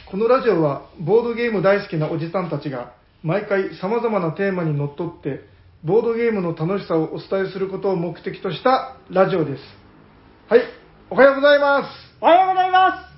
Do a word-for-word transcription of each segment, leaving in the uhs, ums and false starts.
このラジオはボードゲーム大好きなおじさんたちが毎回様々なテーマにのっとってボードゲームの楽しさをお伝えすることを目的としたラジオです。はい、おはようございます。 おはようございます。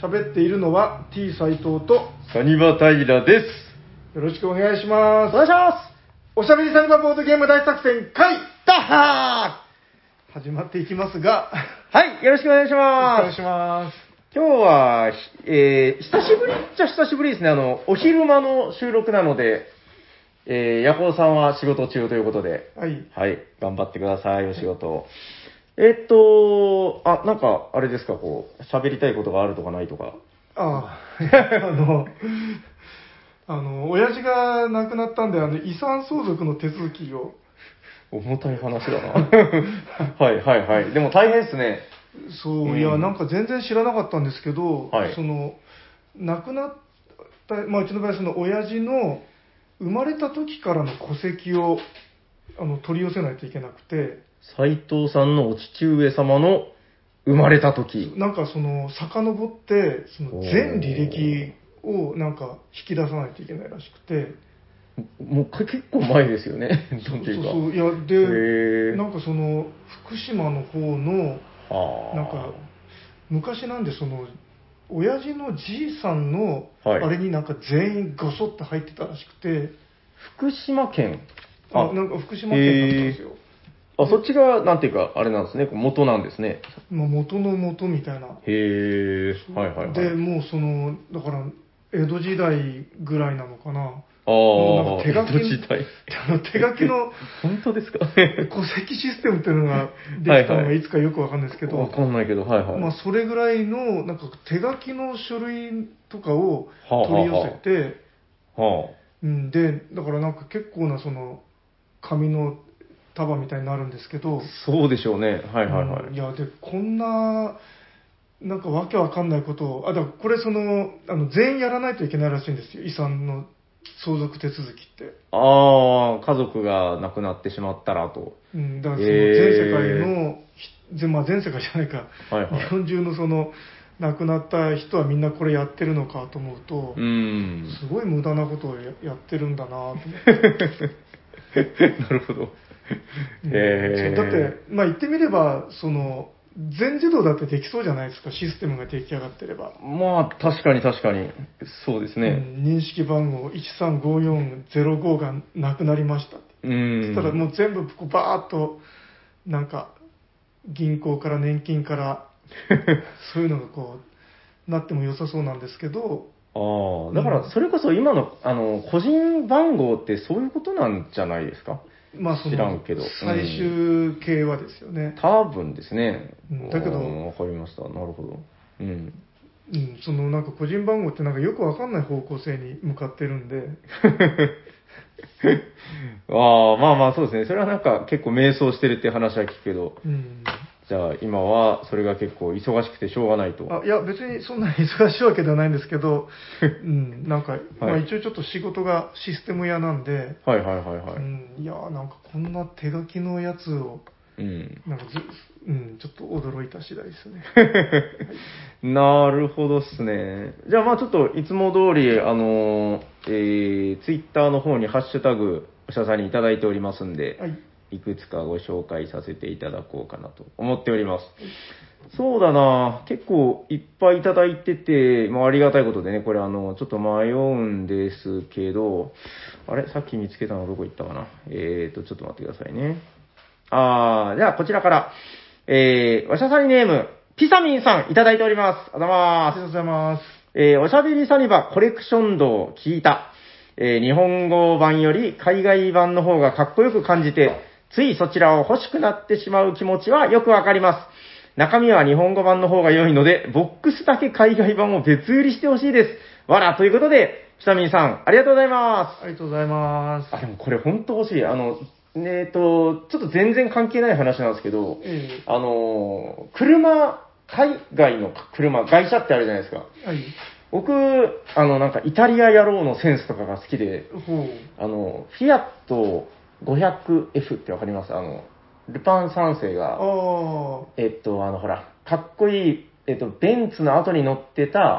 喋っているのは T 斎藤とサニバタイラです。 よろしくお願いします。 お願いします。 おしゃべりサニバボードゲーム大作戦会ダッハー始まっていきますがはい、よろしくお願いします。 お願いします。 今日は、えー、久しぶりっちゃ久しぶりですね。あの、お昼間の収録なので、えー、ヤコウさんは仕事中ということで、 はい。 はい、頑張ってください、お仕事。えっと、あ、なんか、あれですか、こう、喋りたいことがあるとかないとか。 ああ、あの、あの、親父が亡くなったんで、あの、遺産相続の手続きを。 重たい話だな。はいはいはい。でも大変ですね。 そう、うん、いや、なんか全然知らなかったんですけど、 はい、 その、亡くなった、まあ、うちの場合、その、親父の生まれた時からの戸籍を、あの、取り寄せないといけなくて。 斉藤さんのお父上様の生まれた時。 なんかその、遡って、その、全履歴をなんか引き出さないといけないらしくて。 もう結構前ですよね。 そうそうそう。いや、で、なんかその、福島の方の、なんか、昔なんでその、親父のじいさんの、あれになんか全員ごそって入ってたらしくて。 福島県あ、なんか福島県だったんですよ。 あ、そっちが、なんていうか、あれなんですね。元なんですね。 まあ、元の元みたいな。 へえ。はいはいはい。 で、もうその、だから、江戸時代ぐらいなのかな。 ああ、 手書き時代手書きの本当ですか戸籍システムっていうのができたのがいつかよくわかんないですけど、 わかんないけど、はいはい。 まあそれぐらいのなんか手書きの書類とかを取り寄せて、はあ、うん、でだからなんか結構なその紙の束みたいになるんですけど、 そうでしょうね。はいはいはい。 うん、いやでこんななんかわけわかんないことを、あだからこれそのあの全員やらないといけないらしいんですよ、遺産の相続手続きって。 ああ、家族が亡くなってしまったらと。 うん、だからその全世界の、えー、まあ、全世界じゃないか、はいはい、日本中のその亡くなった人はみんなこれやってるのかと思うと、うん、すごい無駄なことを や, やってるんだなと思って。 なるほど。 えー、そうだって、まあ、言ってみればその全自動だってできそうじゃないですか、システムが出来上がってれば。 まあ、確かに確かに。そうですね。 うん、認識番号いちさんごよんゼロごがなくなりましたって。うん。そしたらもう全部こうバーっと、なんか、銀行から年金から、そういうのがこう、なっても良さそうなんですけど。 ああ、だからそれこそ今の、あの、個人番号ってそういうことなんじゃないですか。 まあ、その知らんけど。 最終形はですよね。 多分ですね。 うん、だけど、 わかりました。なるほど。うん。 うん、そのなんか個人番号ってなんかよくわかんない方向性に向かってるんで。 ああ、まあまあそうですね。それはなんか結構迷走してるって話は聞くけど。 うん、 じゃあ今はそれが結構忙しくてしょうがないと。 あ、いや別にそんなに忙しいわけではないんですけど、うん、なんか、はい、まあ一応ちょっと仕事がシステム屋なんで、 はいはいはいはい。 うん、いやなんかこんな手書きのやつを、うん、なんかず、うん、ちょっと驚いた次第ですね。 はい、なるほどっすね。じゃあまあちょっといつも通り、あの、えー、ツイッターの方にハッシュタグ、おしゃさんにいただいておりますんで、はい、いくつかご紹介させていただこうかなと思っております。そうだな、結構いっぱいいただいてて、まあ、ありがたいことでね、これあの、ちょっと迷うんですけど、あれさっき見つけたのどこ行ったかなえーと、ちょっと待ってくださいね。あー、じゃあこちらから、えー、おしゃさにネーム、ピサミンさんいただいております。ありがとうございます。 ありがとうございます。 えー、おしゃべりサニバコレクション道聞いた。えー、日本語版より海外版の方がかっこよく感じて、ついそちらを欲しくなってしまう気持ちはよくわかります。中身は日本語版の方が良いので、ボックスだけ海外版を別売りしてほしいです。わら、ということで、ピサミンさん、ありがとうございます。 ありがとうございます。 あ、でもこれ本当欲しい。あの、えっと、ちょっと全然関係ない話なんですけど、えー、あの、車、海外の車、外車ってあるじゃないですか。はい。僕、あの、なんかイタリア野郎のセンスとかが好きで、あの、フィアット ごひゃくエフ ってわかります？あの、ルパン三世が、えっと、あの、ほら、かっこいい、えっと、ベンツの後に乗ってた、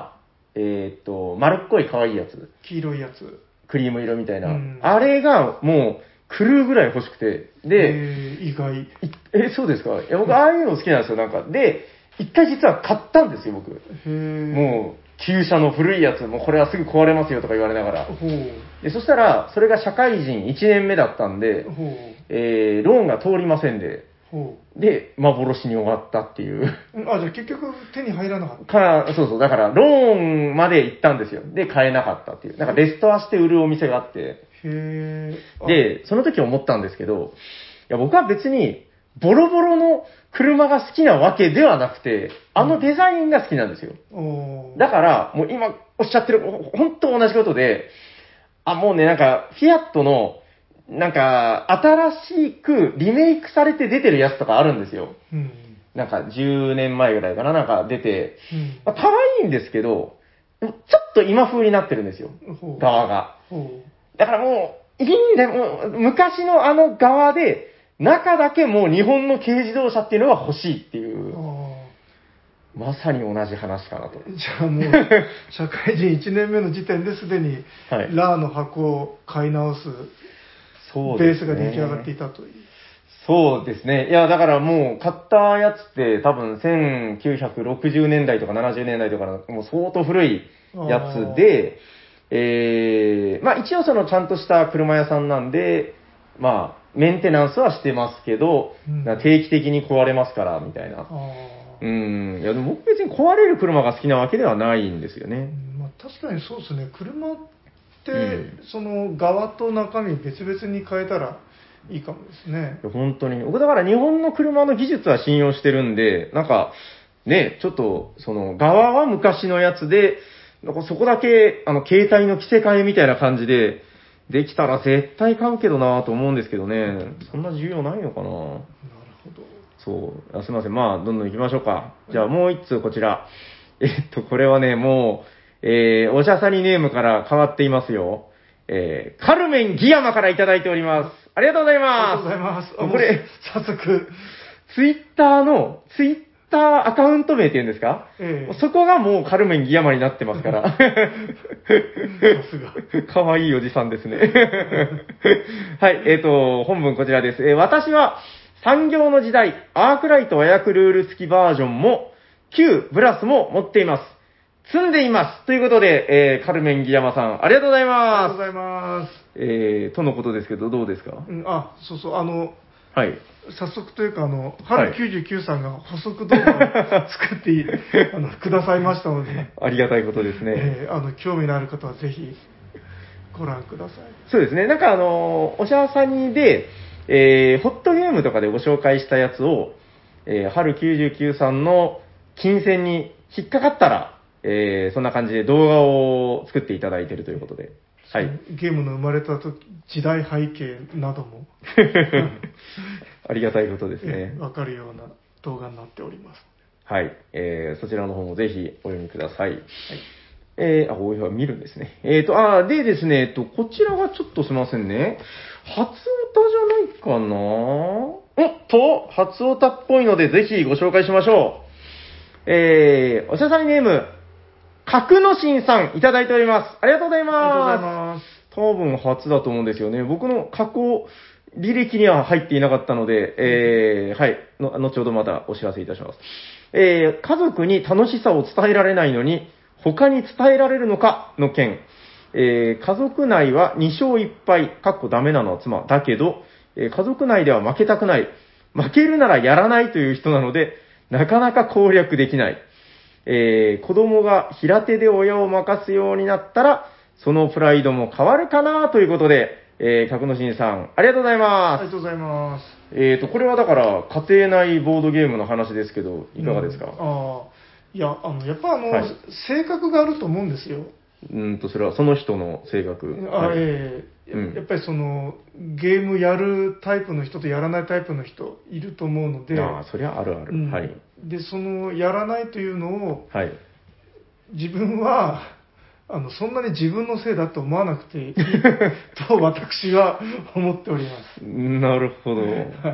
えーっと、丸っこい可愛いやつ。 黄色いやつ。 クリーム色みたいな。 うん、 あれがもう狂うぐらい欲しくて。で、 えー、意外。 え、そうですか？いや、僕、ああいうの好きなんですよ、なんか。で、一回実は買ったんですよ、僕。 へもう、旧車の古いやつ、もうこれはすぐ壊れますよとか言われながら。 ほう。 で、そしたら、それが社会人いちねんめだったんで、 ほう。 えー、ローンが通りませんで、 ほで、幻に終わったっていう。 う。あ、じゃあ結局手に入らなかった。 か、そうそう、だから、ローンまで行ったんですよ。で、買えなかったっていう。なんか、レストアして売るお店があって、 へー。 で、その時思ったんですけど、いや、僕は別に、ボロボロの車が好きなわけではなくて、あのデザインが好きなんですよ。 おーだから、もう今おっしゃってる、本当同じことで、あ、もうね、なんか、フィアットの、なんか、新しくリメイクされて出てるやつとかあるんですよ。 うん。 なんか、じゅうねんまえぐらいかな、なんか出て、 うんまあ、可愛いんですけど、ちょっと今風になってるんですよ。 ほう側が。 ほだからもう、いいんだよ、もう、昔のあの側で、中だけもう日本の軽自動車っていうのが欲しいっていうう、 あまさに同じ話かなと。 ーじゃあもう、社会人いちねんめの時点ですでに、 はいラーの箱を買い直すそうですね。 ベースが出来上がっていたという。 そうですね。いや、だからもう、買ったやつって多分せんきゅうひゃくろくじゅうねんだいとかななじゅうねんだいとかの、もう相当古いやつで、えー、まあ一応そのちゃんとした車屋さんなんで、まあ、メンテナンスはしてますけど、 うん定期的に壊れますから、みたいな。 あうーん。いや、でも僕別に壊れる車が好きなわけではないんですようね。 んまあ、確かにそうですね、車って、 うんその側と中身別々に変えたらいいかもですねい。や本当に。僕だから日本の車の技術は信用してるんで、なんか、ね、ちょっと、その、側は昔のやつで、なんかそこだけ、あの、携帯の着せ替えみたいな感じで、できたら絶対買うけどなぁと思うんですけどね。そんな需要ないのかななるほど。 そうあ。すみません。まあ、どんどん行きましょうか。じゃあもう一通こちら。えっと、これはね、もう、えー、おしゃさにネームから変わっていますよ。えー、カルメンギヤマからいただいております。ありがとうございありがます。 とうございます。あこれ、 早速、 ツイッターの、ツイッターアカウント名っていうんですか、 ええそこがもうカルメンギヤマになってますから。 さすが。 かわいいおじさんですね。はい、えっ、と、本文こちらです。えー私は産業の時代、アークライト和訳ルール付きバージョンも、旧ブラスも持っています。積んでいます。ということで、えーカルメンギヤマさん、ありがとうございありがとうます。 ございます。 えー、とのことですけど、どうですか？ うん、あ、そうそう、あの、 はい。 早速というか、あの、 はい春きゅうじゅうきゅうさんが補足動画を作っていあのくださいましたので、 ありがたいことですね。 えーあの興味のある方はぜひご覧ください。 そうですね。なんかあの、おしゃさにで、えー、ホットゲームとかでご紹介したやつを、えー、春きゅうじゅうきゅうさんの金銭に引っかかったら、えー、そんな感じで動画を作っていただいているということで。はい。 ゲームの生まれた時時代背景などもありがたいことですねえー。わかるような動画になっております。 はい。えー、そちらの方もぜひお読みください。はい。えー、あ、おいは見るんですね。えーと、あー、でですね、えっと、こちらがちょっとすいませんね。初歌じゃないかなおっと、初歌っぽいのでぜひご紹介しましょう。えー、おしゃさりネーム、角野新さんいただいております。ありがとうございます。 ありがとうございます。 多分初だと思うんですよね。僕の過去履歴には入っていなかったので、えー、はいの、後ほどまたお知らせいたします。えー、家族に楽しさを伝えられないのに、他に伝えられるのかの件。えー、家族内はに勝いっ敗、かっこダメなのは妻。だけど、えー家族内では負けたくない。負けるならやらないという人なので、なかなか攻略できない。えー、子供が平手で親を任すようになったら、そのプライドも変わるかなということで、えー、角野新さん、ありがとうございあます。 りがとうございます。 えーと、これはだから、家庭内ボードゲームの話ですけど、いかがですか？ うんああ、いや、あの、やっぱあの、 はい性格があると思うんですよ。 うーんと、それはその人の性格。 あはいええうんやっぱりその、ゲームやるタイプの人とやらないタイプの人いると思うので、 ああ、そりゃあるある。 うんはい。 で、その、やらないというのを、 はい。 自分は、あの、そんなに自分のせいだと思わなくていいと私は思っております。 なるほど。 はい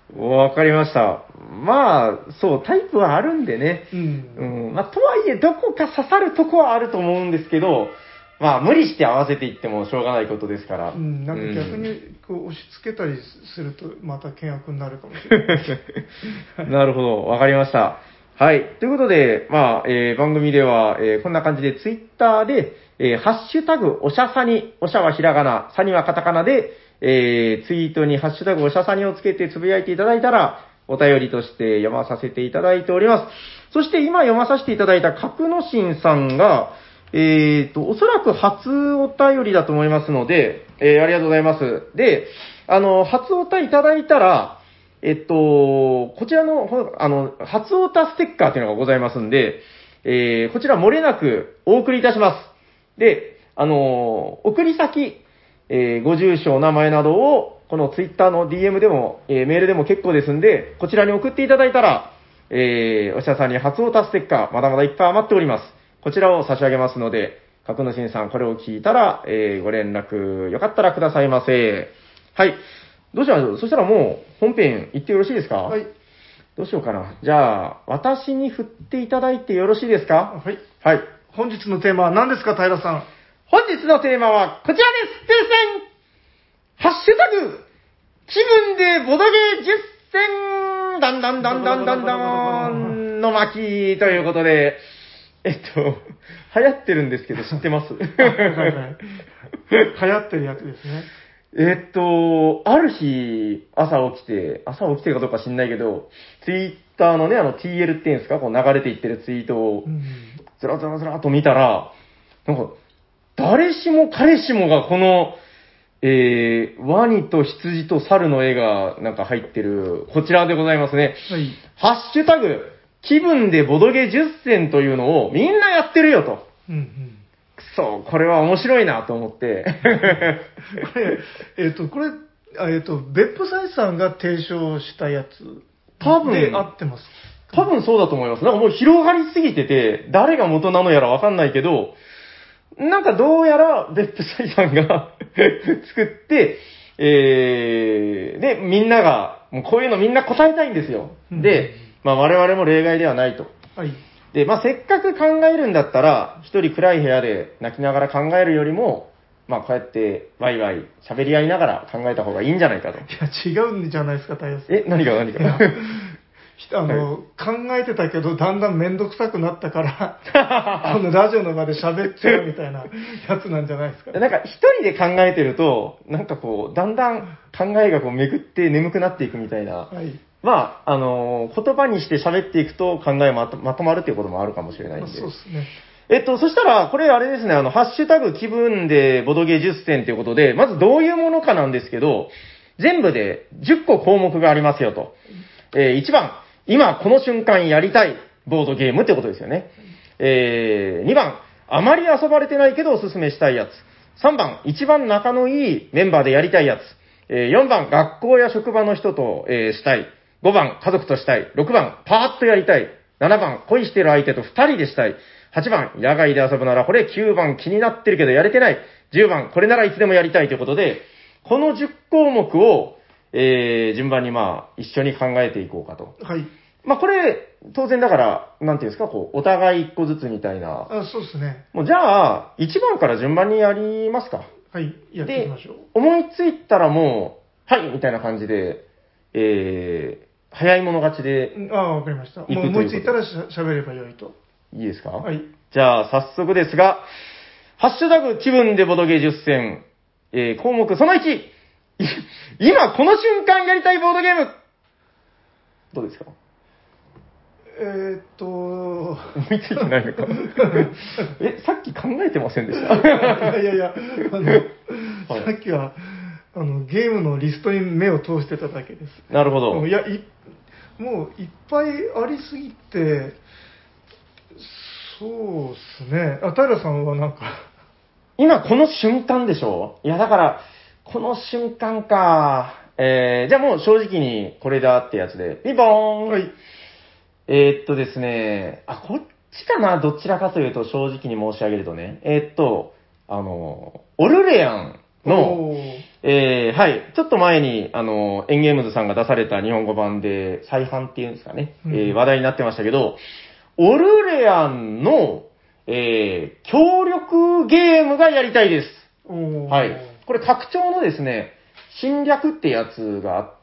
わかりました。まあ、そう、タイプはあるんでね。 うん。 うん。まあ、とはいえ、どこか刺さるとこはあると思うんですけど、まあ、無理して合わせていってもしょうがないことですから。 うん、なんか逆にこう押し付けたりすると、また険悪になるかもしれない。 なるほど。わかりました。はい。ということで、まあ、えー番組では、えーこんな感じで、ツイッターで、えーハッシュタグ、おしゃさに、おしゃはひらがな、さにはカタカナで、えーツイートにハッシュタグ、おしゃさにをつけてつぶやいていただいたら、お便りとして読まさせていただいております。そして今読まさせていただいた角野新さんが、えーと、おそらく初お便りだと思いますので、えーありがとうございます。で、あの、初お便りいただいたら、えっと、こちらの、ほあの、初オタステッカーというのがございますんで、えー、こちら漏れなくお送りいたします。で、あの、送り先、えー、ご住所、お名前などを、このツイッターの ディーエム でも、えー、メールでも結構ですんで、こちらに送っていただいたら、えー、おしゃさんに初オタステッカー、まだまだいっぱい余っております。こちらを差し上げますので、角野新さん、これを聞いたら、えー、ご連絡、よかったらくださいませ。はい。どうしましょう。そしたらもう本編行ってよろしいですか？ はい。 どうしようかな。じゃあ、私に振っていただいてよろしいですか？ はい。 はい。 本日のテーマは何ですか、平さん。 本日のテーマはこちらです。てるせんハッシュタグ気分でボドゲじゅっせんだんだんだんだんだんだんの巻ということで、えっと、流行ってるんですけど知ってます？ はいはい。流行ってるやつですね。 えっと、ある日、朝起きて、朝起きてるかどうか知んないけど、ツイッターのね、あの ティーエル っていうんですか、こう流れていってるツイートをうん。 ずらずらずらっと見たら、なんか、誰しも彼しもがこの、えー、ワニと羊と猿の絵がなんか入ってる、こちらでございますね。 はい。 ハッシュタグ、気分でボドゲじゅっせんというのをみんなやってるよと。 うんうん。 くそ、これは面白いなと思って。 これ、えっ、と、これ、あえっ、と、別府サイさんが提唱したやつ多分で合ってます。 多分そうだと思います。なんかもう広がりすぎてて、誰が元なのやらわかんないけど、なんかどうやら別府サイさんが作って、えー、で、みんなが、もうこういうのみんな答えたいんですよ。で、まあ我々も例外ではないと。 はい。 で、まあせっかく考えるんだったら、一人暗い部屋で泣きながら考えるよりも、まあこうやってワイワイ喋り合いながら考えた方がいいんじゃないかと。 いや、違うんじゃないですか、太陽さん。 え、何が何か。 あの、はい、考えてたけど、だんだんめんどくさくなったから、このラジオの場で喋っちゃうみたいなやつなんじゃないですか、ね。 なんか一人で考えてると、なんかこう、だんだん考えがこうめくって眠くなっていくみたいな。はい、まあ、あのー、言葉にして喋っていくと考えまとまとまるっていうこともあるかもしれないんで。 そうですね。 えっと、そしたら、これあれですね、あの、ハッシュタグ気分でボドゲじゅっせんということで、まずどういうものかなんですけど、全部でじゅっこ項目がありますよと。えー、いちばん、今この瞬間やりたいボードゲームってことですよね。えー、にばん、あまり遊ばれてないけどおすすめしたいやつ。さんばん、一番仲のいいメンバーでやりたいやつ。えー、よんばん、学校や職場の人と、えー、したい。ごばん、家族としたい。ろくばん、パーッとやりたい。ななばん、恋してる相手とふたりでしたい。はちばん、野外で遊ぶならこれ。きゅうばん、気になってるけどやれてない。じゅうばん、これならいつでもやりたいということで、このじゅっこうもくを、えー、順番にまあ、一緒に考えていこうかと。 はい。 まあこれ、当然だから、なんていうんですか、こう、お互い一個ずつみたいな。 あ、そうですね。 もうじゃあ、いちばんから順番にやりますか。 はい、やっていきましょう。 思いついたらもう、はいみたいな感じで、えー、早い者勝ちで。 ああ、わかりました。もう思いついたらしゃ喋ればよいと。 いいですか？ はい。 じゃあ、早速ですが、ハッシュタグ気分でボドゲじゅっせん、えー、項目そのいち、今この瞬間やりたいボードゲーム。どうですか？ えー、っと、思いついてないのか。え、さっき考えてませんでした？ いやいやいや、あの、はい、さっきは、あの、ゲームのリストに目を通してただけです。 なるほど。 いや、いもういっぱいありすぎて、そうですね。あ、平さんはなんか。 今この瞬間でしょ？いや、だから、この瞬間か。えー、じゃあもう正直にこれだってやつで。ピンポーン。 はい。 えー、っとですね、あ、こっちかな、どちらかというと正直に申し上げるとね。えー、っと、あの、オルレアンの、 えー、はい。ちょっと前に、あの、エンゲームズさんが出された日本語版で、再販っていうんですかね、うん、えー、話題になってましたけど、オルレアンの、えー、協力ゲームがやりたいです。はい。これ、拡張のですね、侵略ってやつがあって、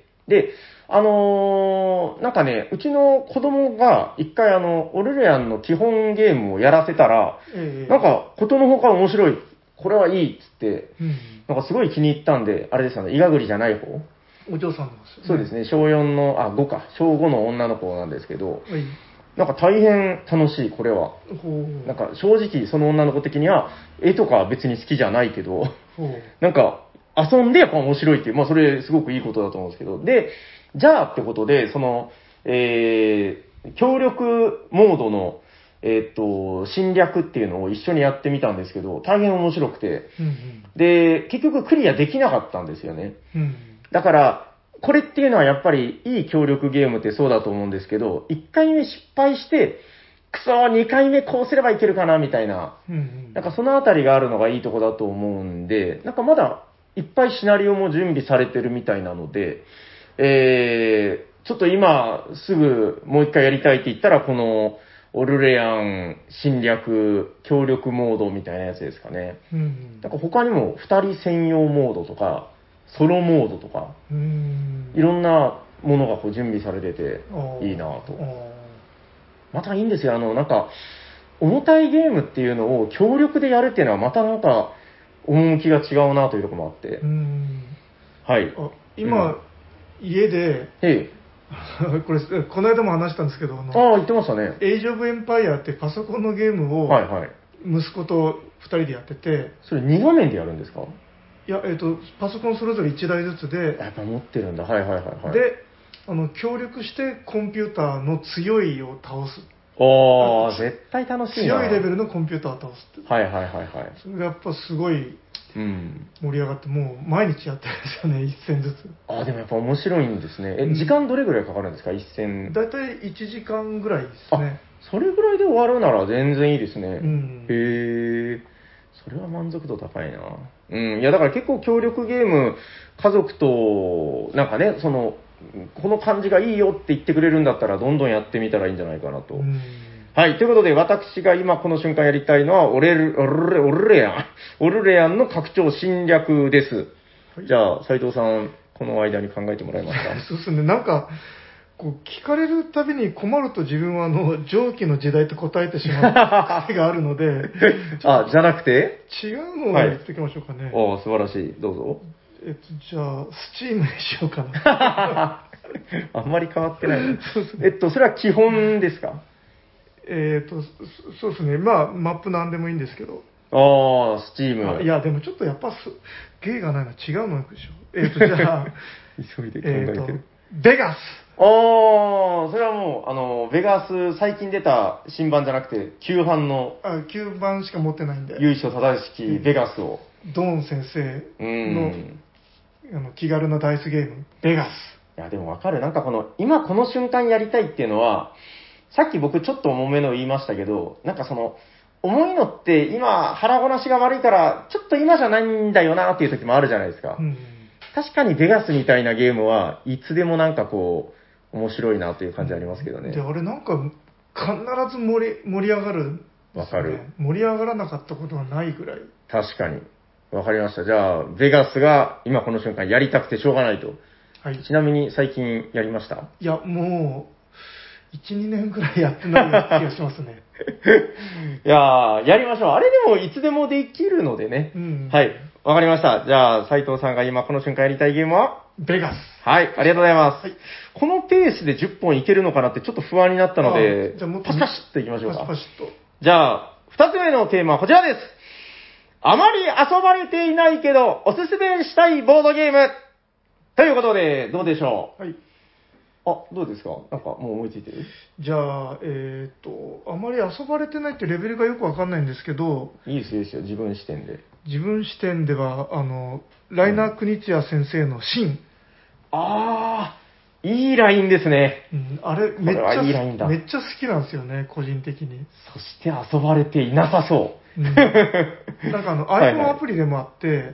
で、あのー、なんかね、うちの子供が一回あの、オルレアンの基本ゲームをやらせたら、えー、なんか、ことのほか面白い。これはいいっつって、うん、なんかすごい気に入ったんで、あれですよね、イガグリじゃない方お嬢さんのですよね。 そうですね、小よんの、あ、ごか、小ごの女の子なんですけど、はい、なんか大変楽しい、これは。なんか正直、その女の子的には、絵とかは別に好きじゃないけど、なんか、遊んでやっぱ面白いっていう、まあそれすごくいいことだと思うんですけど、で、じゃあってことで、その、えー、協力モードの、えーっと、侵略っていうのを一緒にやってみたんですけど、大変面白くて、うんうん、で、結局クリアできなかったんですよね。うん、だから、これっていうのはやっぱりいい協力ゲームってそうだと思うんですけど、いっかいめ失敗して、くそー、にかいめこうすればいけるかな、みたいな、うんうん、なんかそのあたりがあるのがいいとこだと思うんで、なんかまだいっぱいシナリオも準備されてるみたいなので、えー、ちょっと今すぐもう一回やりたいって言ったら、この、オルレアン侵略協力モードみたいなやつですかね。うんうん、なんか他にもふたり専用モードとか、ソロモードとか、うーんいろんなものがこう準備されてていいなぁと。またいいんですよ。あの、なんか、重たいゲームっていうのを協力でやるっていうのはまたなんか、趣が違うなというところもあって。うーんはい。 あ今、うん、家で、これ、この間も話したんですけど、あの、 ああ、言ってましたね。 エイジ・オブ・エンパイアってパソコンのゲームを、はいはい。息子とふたりでやってて。 それに画面でやるんですか？ いや、えっ、ー、と、パソコンそれぞれいちだいずつで。 やっぱ持ってるんだ。はいはいはい、はい。 で、あの、協力してコンピューターの強いを倒す。 ああ、絶対楽しいな。 強いレベルのコンピューターを倒すって。 はいはいはいはい。 それがやっぱすごい盛り上がって、もう毎日やってるんですよね、一戦ずつ。 ああ、でもやっぱ面白いんですね。え、うん、時間どれぐらいかかるんですか、一戦。 だいたいいちじかんぐらいですね。 あ、それぐらいで終わるなら全然いいですね。うん、へえ。それは満足度高いな。うん。いや、だから結構協力ゲーム、家族と、なんかね、その、この感じがいいよって言ってくれるんだったら、どんどんやってみたらいいんじゃないかなと。うん、はい。ということで、私が今この瞬間やりたいのは、オレル、オルレ、オルレアン。オルレアンの拡張侵略です。はい、じゃあ、斉藤さん、この間に考えてもらいました。 そうですね。なんか、こう聞かれるたびに困ると自分はあの蒸気の時代と答えてしまう癖があるのであ、じゃなくて違うのを言っておきましょうかね。 はい、お素晴らしい。どうぞ。 えっと、じゃあ、スチームにしようかな。 あんまり変わってない。そうですね。えっと、それは基本ですか？ えっと、そうですね。まあ、マップなんでもいいんですけど。 ああ、スチーム。 いや、でもちょっとやっぱ、芸がないのは違うのでしょ。えっと、じゃあ、 急いで考えてる。えっと、 ベガス。 ああ、それはもう、あの、ベガス、最近出た新版じゃなくて、旧版の。 あ、旧版しか持ってないんで。 由緒正しきベガスを。 ドーン先生の、あの気軽なダイスゲーム、ベガス。 いや、でもわかる。なんかこの、今この瞬間やりたいっていうのは、さっき僕ちょっと重めの言いましたけど、なんかその、重いのって今、腹ごなしが悪いから、ちょっと今じゃないんだよなっていう時もあるじゃないですか。うん、確かにベガスみたいなゲームはいつでもなんかこう、面白いなという感じありますけどね。 で、あれなんか、必ず盛り、盛り上がる、ね。 わかる。 盛り上がらなかったことはないぐらい。 確かに。わかりました。じゃあ、ベガスが今この瞬間やりたくてしょうがないと。はい。ちなみに最近やりました？ いや、もう、いち、にねんくらいやってないような気がしますね。 いやー、やりましょう。あれでもいつでもできるのでね。うん、はい。わかりました。じゃあ、斉藤さんが今この瞬間やりたいゲームはベガス。 はい、ありがとうございます。はい、このペースでじゅっぽんいけるのかなってちょっと不安になったので、じゃあもっとパシパシッといきましょうか。パシパシッと。じゃあ、二つ目のテーマはこちらです。あまり遊ばれていないけど、おすすめしたいボードゲーム。ということで、どうでしょう？はい。あ、どうですか？なんかもう思いついてる？ じゃあ、えっと、あまり遊ばれてないってレベルがよくわかんないんですけど。 いいですよ、いいですよ。自分視点で。 自分視点では、あの、ライナー・クニツヤ先生のシン。 あー、いいラインですね。 うん、あれ、めっちゃ、いいラインだ。めっちゃ好きなんですよね、個人的に。 そして遊ばれていなさそう。うん、 なんかあの、iPhone アプリでもあって、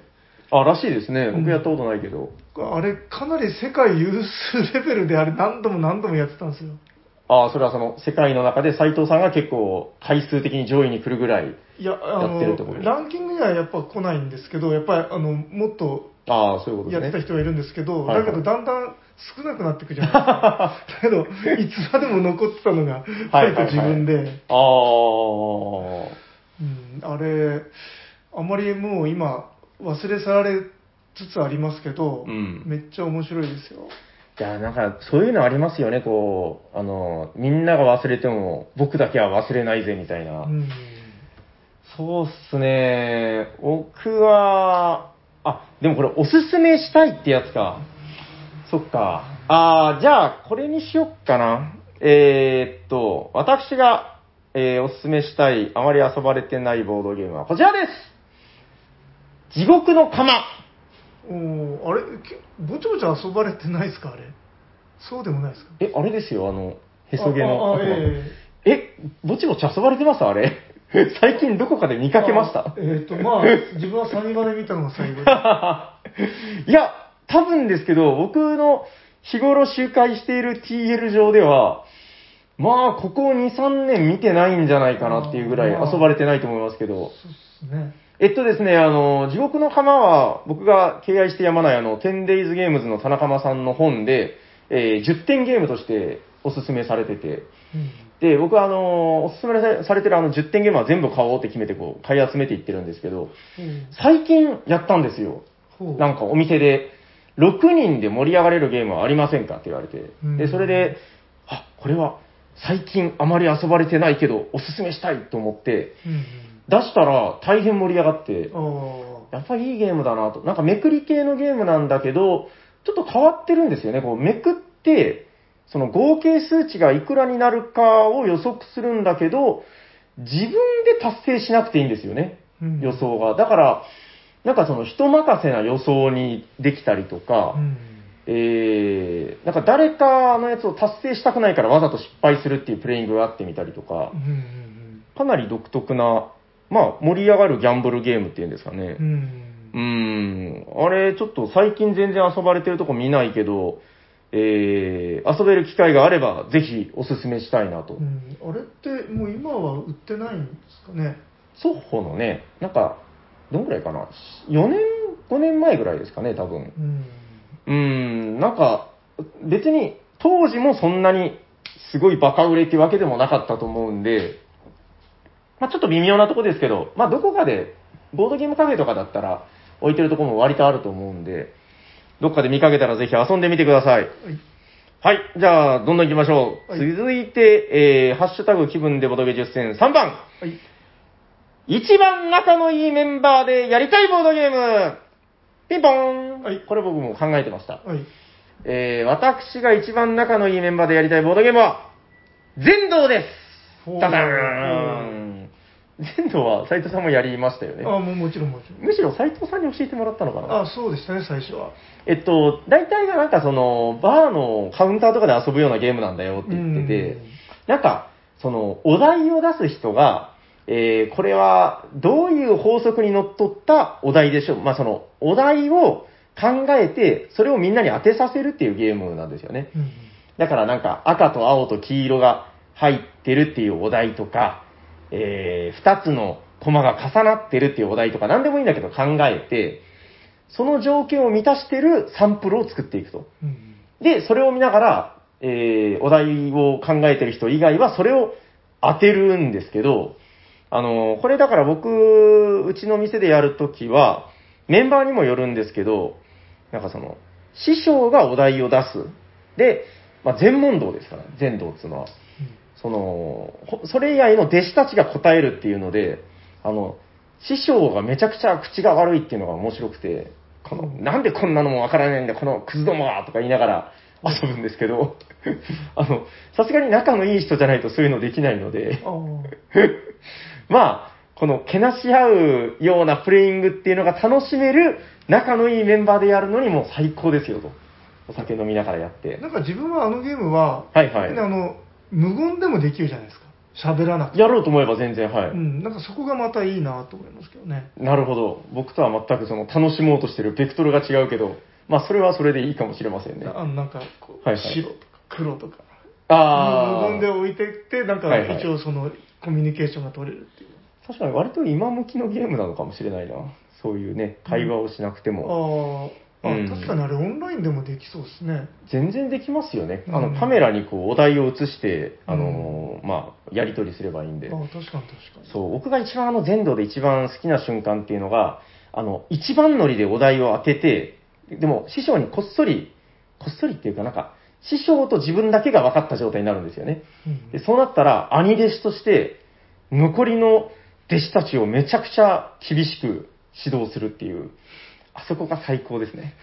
あ、らしいですね。僕やったことないけど。 うん、あれ、かなり世界有数レベルであれ何度も何度もやってたんですよ。 ああ、それはその世界の中で斉藤さんが結構回数的に上位に来るぐらいやってるってことですか？ いや、あの、ランキングにはやっぱ来ないんですけど、やっぱりあの、もっとああ、そういうことですね。 やってた人がいるんですけど、 はいはい、 だけどだんだん少なくなっていくじゃないですか。だけど、いつまでも残ってたのが、割と自分で。はいはいはい、 ああ、うん、あれ、あまりもう今、忘れ去られつつありますけど、うん、めっちゃ面白いですよ。 いや、なんか、そういうのありますよね、こう、あの、みんなが忘れても、僕だけは忘れないぜ、みたいな。うん、そうっすね。僕は、あ、でもこれ、おすすめしたいってやつか。そっか。あー、じゃあ、これにしよっかな。えー、っと、私が、えー、おすすめしたい、あまり遊ばれてないボードゲームはこちらです。地獄の釜。 おー、あれ、ぼちぼち遊ばれてないですか、あれ。そうでもないですか。 え、あれですよ、あの、へそ毛のああ、えー、え、ぼちぼち遊ばれてますあれ。最近どこかで見かけました。 えっ、ー、と、まあ、自分はサニバで見たのが最後いや、多分ですけど、僕の日頃周回している ティーエル 上では、まあ、ここに、さんねん見てないんじゃないかなっていうぐらい遊ばれてないと思いますけど。そうですね。 えっとですね、あの、地獄の釜は、僕が敬愛してやまない、あの、テンデイズ ゲームズの田中間さんの本で、えー、じゅってんゲームとしておすすめされてて、うん、で、僕はあの、おすすめされてるあのじゅってんゲームは全部買おうって決めてこう、買い集めていってるんですけど、うん、最近やったんですよ。なんかお店で、ろくにんで盛り上がれるゲームはありませんかって言われて、うん、で、それで、あ、これは最近あまり遊ばれてないけど、おすすめしたいと思って、うん出したら大変盛り上がって、やっぱりいいゲームだなと。なんかめくり系のゲームなんだけど、ちょっと変わってるんですよね。こうめくって、その合計数値がいくらになるかを予測するんだけど、自分で達成しなくていいんですよね。うん、予想が。だから、なんかその人任せな予想にできたりとか、うん、えー、なんか誰かのやつを達成したくないからわざと失敗するっていうプレイングがあってみたりとか、うん、かなり独特な、まあ、盛り上がるギャンブルゲームっていうんですかね。うん。うーん。あれ、ちょっと最近全然遊ばれてるとこ見ないけど、えー、遊べる機会があれば、ぜひおすすめしたいなと。 うん。あれって、もう今は売ってないんですかね。 ソッホのね、なんか、どんぐらいかな ?よ 年、ごねんまえぐらいですかね、多分。うん。うーん、なんか、別に、当時もそんなにすごいバカ売れってわけでもなかったと思うんで、まあ、ちょっと微妙なとこですけど、まあ、どこかで、ボードゲームカフェとかだったら、置いてるところも割とあると思うんで、どっかで見かけたらぜひ遊んでみてください。はい。はい、じゃあ、どんどん行きましょう。はい、続いて、えー、ハッシュタグ気分でボドゲ実践さんばん。はい。一番仲のいいメンバーでやりたいボードゲーム。ピンポーン。はい。これ僕も考えてました。はい。えー、私が一番仲のいいメンバーでやりたいボードゲームは、全道です。ダダーン。全土は斉藤さんもやりましたよね。 あもうもちろんもちろん。 むしろ斉藤さんに教えてもらったのかな。 あそうでしたね、最初は。 えっと、大体がなんかその、バーのカウンターとかで遊ぶようなゲームなんだよって言ってて、なんか、その、お題を出す人が、えー、これはどういう法則にのっとったお題でしょう。まあその、お題を考えて、それをみんなに当てさせるっていうゲームなんですよね。うん、だからなんか赤と青と黄色が入ってるっていうお題とか、えー、二つのコマが重なってるっていうお題とか何でもいいんだけど考えて、その条件を満たしてるサンプルを作っていくと。うん、で、それを見ながら、えー、お題を考えてる人以外はそれを当てるんですけど、あの、これだから僕、うちの店でやるときは、メンバーにもよるんですけど、なんかその、師匠がお題を出す。で、まあ、全問答ですから、全道っていうのは。その、それ以外の弟子たちが答えるっていうので、あの、師匠がめちゃくちゃ口が悪いっていうのが面白くて、この、なんでこんなのもわからないんだ、このクズどもはとか言いながら遊ぶんですけど、あの、さすがに仲のいい人じゃないとそういうのできないので、まあ、このけなし合うようなプレイングっていうのが楽しめる仲のいいメンバーでやるのにもう最高ですよと。お酒飲みながらやって。 なんか自分はあのゲームは、 はいはい。 あの、無言でもできるじゃないですか。 喋らなくて。 やろうと思えば全然、はい。 うん、なんかそこがまたいいなと思いますけどね。 なるほど。僕とは全くその楽しもうとしてるベクトルが違うけど、まあそれはそれでいいかもしれませんね。 あなんかこう、 はいはい白とか黒とか、 あ無言で置いていって、なんかはいはい一応そのコミュニケーションが取れるっていう。 確かに割と今向きのゲームなのかもしれないな。そういうね、会話をしなくても。 ああ、 うん確かにあれオンラインでもできそうですね。 全然できますよね。あの、 うんカメラにこう、お題を映して、あのーまあ、やり取りすればいいんで。 ああ、確かに確かに。 そう、僕が一番あの、全土で一番好きな瞬間っていうのが、あの、一番乗りでお題を当てて、でも、師匠にこっそり、こっそりっていうかなんか、師匠と自分だけが分かった状態になるんですよね。 うんで、そうなったら、兄弟子として、残りの弟子たちをめちゃくちゃ厳しく指導するっていう、あそこが最高ですね。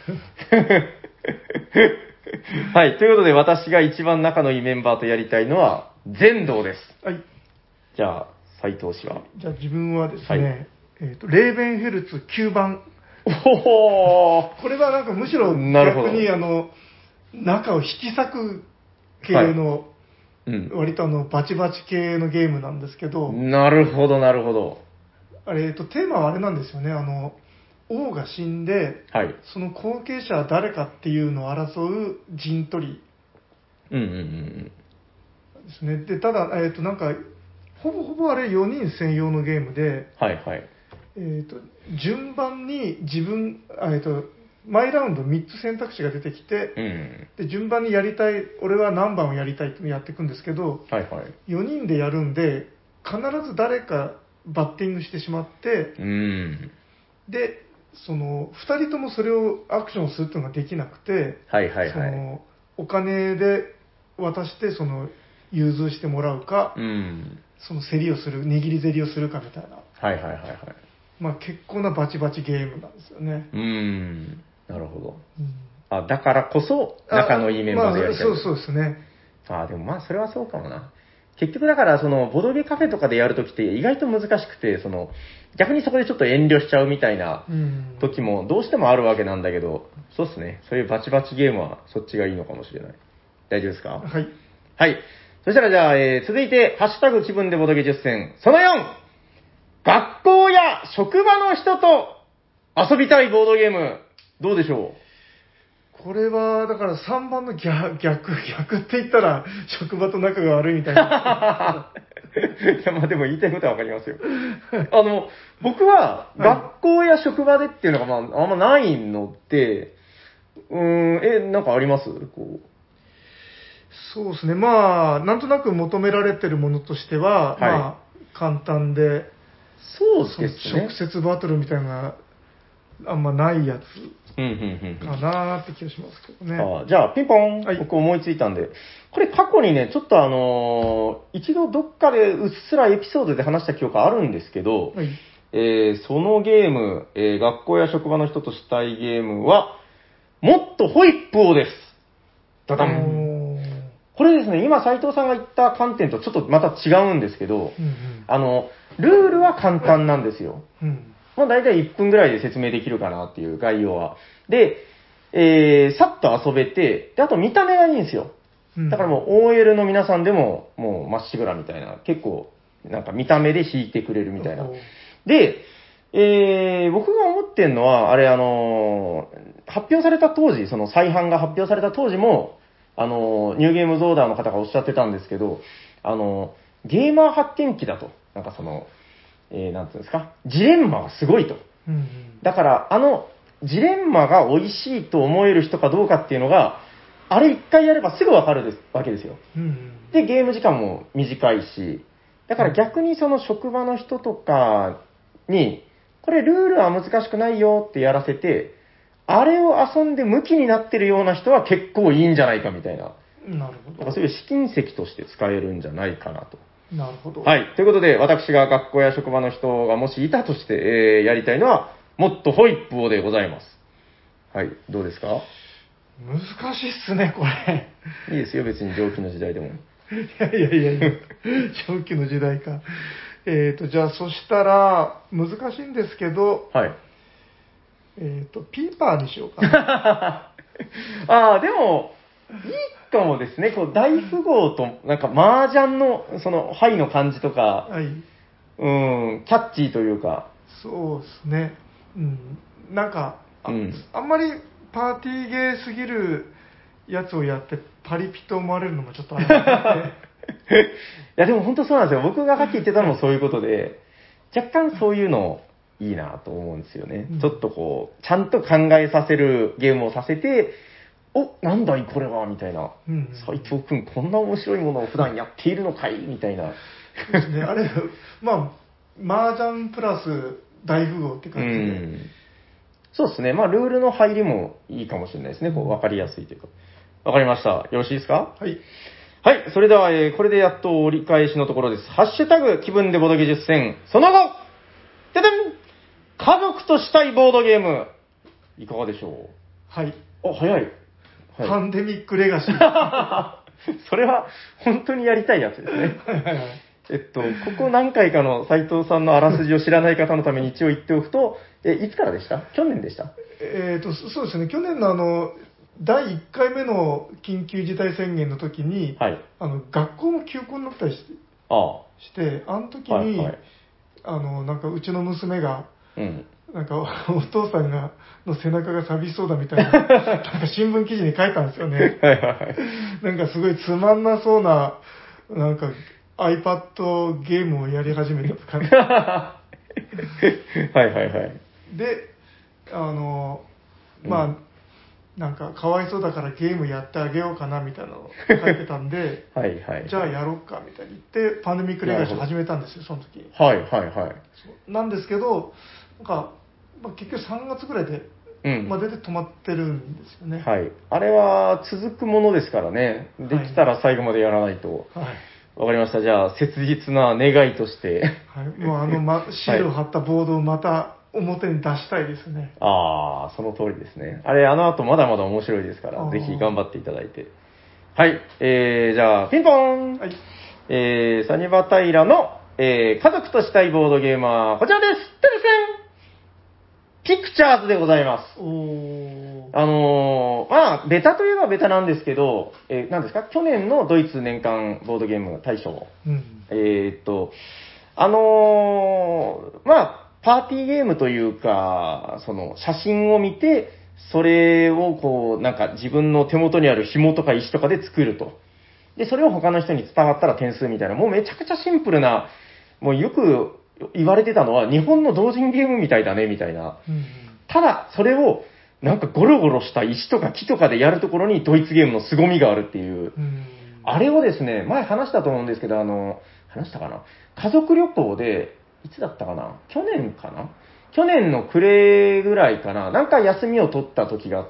はい。ということで、私が一番仲のいいメンバーとやりたいのは、全道です。 はい。 じゃあ、斉藤氏は。 じゃあ自分はですね、 はいえっ、と、レーベンヘルツきゅうばん。 おおこれはなんかむしろなるほど逆にあの、中を引き裂く系の、 うん。 割とあの、バチバチ系のゲームなんですけど、 なるほど、なるほど。 あれ、えっと、テーマはあれなんですよね、あの、王が死んで、 はい。 その後継者は誰かっていうのを争う陣取りうんうんうんですね。で、ただ、えっと、なんか、ほぼほぼあれよにん専用のゲームで、 はいはい。 えっと、順番に自分、あえっと、毎ラウンドみっつ選択肢が出てきて、 うん。 で順番にやりたい、俺は何番をやりたいっていうのをやっていくんですけど、 はいはい。 よにんでやるんで、必ず誰かバッティングしてしまって、 うん。 で、その、ふたりともそれをアクションするっていうのができなくて、 はいはいはい。 その、お金で渡して、その、融通してもらうか、 うん。 その競りをする、握り競りをするかみたいな、 はいはいはいはい。 まあ結構なバチバチゲームなんですよね。 うーん。なるほど。 うんあ、だからこそ、仲のいいメンバーでやりたい。 まあ、そうそうですね。 あ、でもまあ、それはそうかもな。結局だから、その、ボドゲカフェとかでやるときって意外と難しくて、その、逆にそこでちょっと遠慮しちゃうみたいなうん。 時もどうしてもあるわけなんだけど、そうっすね。そういうバチバチゲームはそっちがいいのかもしれない。大丈夫ですか？ はい。 はい。そしたらじゃあ、えー、続いて、ハッシュタグ気分でボドゲ実践、そのよん、学校や職場の人と遊びたいボードゲーム、どうでしょこれは、だからさんばんの逆、逆、逆って言ったら、職場と仲が悪いみたいな。 ういや、まあでも言いたいことはわかりますよ。あの、僕は、学校や職場でっていうのが、まあ、あんまないので、うーん、え、なんかありますこそうですね。まあ、なんとなく求められてるものとしては、 はいまあ、簡単で、 う。そうそのですね直。接バトルみたいなのがあんまないやつうん、うん、うんうん。 かなーって気がしますけどね。 あじゃあ、ピンポン、 はい僕思いついたんで。これ過去にね、ちょっとあのー一度どっかでうっすらエピソードで話した記憶あるんですけど、 はい。 えーそのゲーム、えー学校や職場の人としたいゲームは、もっとホイップをです。ダダン。 おーこれですね、今斉藤さんが言った観点とちょっとまた違うんですけど、 うんあの、ルールは簡単なんですよ。 うん。うん。 まあ大体いっぷんぐらいで説明できるかなっていう概要は。で、えー、さっと遊べて、で、あと見た目がいいんですよ。 うんだからもう オーエル の皆さんでも、もうまっしぐらみたいな、結構、なんか見た目で弾いてくれるみたいなおー。 で、えー、僕が思ってんのは、あれあのー発表された当時、その再販が発表された当時も、あのーニューゲームズオーダーの方がおっしゃってたんですけど、あのーゲーマー発見機だと。なんかその、えー、なんていうんですか、ジレンマがすごいと。 うんうん。 だから、あの、ジレンマが美味しいと思える人かどうかっていうのが、あれ一回やればすぐわかるですわけですよ。 うんうん。 で、ゲーム時間も短いし、だから逆にその職場の人とかに、これルールは難しくないよってやらせて、あれを遊んでムキになってるような人は結構いいんじゃないかみたいな。 なるほど。 なんかそういう試金石として使えるんじゃないかなと。 なるほど。 はい。ということで、私が学校や職場の人がもしいたとして、えーやりたいのは、もっとホイップをでございます。はい。どうですか？ 難しいっすね、これ。 いいですよ、別に蒸気の時代でも。 いやいやいやいや、長期の時代か。えっ、と、じゃあ、そしたら、難しいんですけど、 はい。 えっ、と、ピーパーにしようかな。 ああ、でも、 かもですね。こう、大富豪と、なんか、麻雀の、その、牌の感じとか、 はい。 うん、キャッチーというか。 そうですね。うん。なんか、あ、 うん、 あんまりパーティーゲーすぎるやつをやってパリピと思われるのもちょっとあれですね。 いや、でも本当そうなんですよ。僕がさっき言ってたのもそういうことで、若干そういうのいいなと思うんですよね。 うん、 ちょっとこう、ちゃんと考えさせるゲームをさせて、お、なんだいこれはみたいな。 うん斉藤くん、こんな面白いものを普段やっているのかいみたいな。 そうですね。あれ、まあ、麻雀プラス大富豪って感じで。 うん、そうですね。まあ、ルールの入りもいいかもしれないですね。こう、わかりやすいというか。わかりました。よろしいですか？ はい。 はい。それでは、えーこれでやっと折り返しのところです。ハッシュタグ、気分でボドゲ実践。その後、ててん家族としたいボードゲーム。いかがでしょはい。 う？あ、早い。 パはい。 ンデミックレガシー。 それは、本当にやりたいやつですね。 はいはいはい。 えっと、ここ何回かの斉藤さんのあらすじを知らない方のために一応言っておくと、え、いつからでした？去年でした？ えーと、そそうですね。去年のあの、だいいっかいめの緊急事態宣言の時に、 はい。 あの、学校も休校になったりしあして、あの時に、 はいはいあの、なんかうちの娘が、 あ。うん。 なんかお父さんがの背中が寂しそうだみたいな、なんか新聞記事に書いたんですよね。 はいはいはい。 なんかすごいつまんなそうな、なんか iPad ゲームをやり始めたとか、 はいはいはい。 で、あの、 うんまあ、なんかかわいそうだからゲームやってあげようかなみたいなのを書いてたんで、 はいはい。 じゃあやろうかみたいに言って、パンデミックレガシー始めたんですよ、その時。 はいはいはい。 そうなんですけど、なんか、まあ、結局さんがつぐらいで、 うん。 まあ、出て止まってるんですよね。 はい。あれは続くものですからね。できたら最後までやらないと。 はい。 わかりました。じゃあ、切実な願いとして。 はい、もうあの、ま、シールを貼ったボードをまた表に出したいですね。 ああ、その通りですね。あれ、あの後まだまだ面白いですから、 あーぜひ頑張っていただいて。はい。えー、じゃあ、ピンポーン、 はい。 えー、サニバタイラの、えー、家族としたいボードゲーマー、こちらです。てるせんピクチャーズでございます。 おー。 あのー、まあ、ベタといえばベタなんですけど、えー、何ですか去年のドイツ年間ボードゲーム大賞。 うん。 えーっと、あのー、まあ、パーティーゲームというか、その、写真を見て、それをこう、なんか自分の手元にある紐とか石とかで作ると。で、それを他の人に伝わったら点数みたいな、もうめちゃくちゃシンプルな、もうよく言われてたのは、日本の同人ゲームみたいだね、みたいな。 うん。 ただ、それを、なんかゴロゴロした石とか木とかでやるところにドイツゲームの凄みがあるっていうう。ん。 あれをですね、前話したと思うんですけど、あの、話したかな家族旅行で、いつだったかな去年かな去年の暮れぐらいかななんか休みを取った時があって、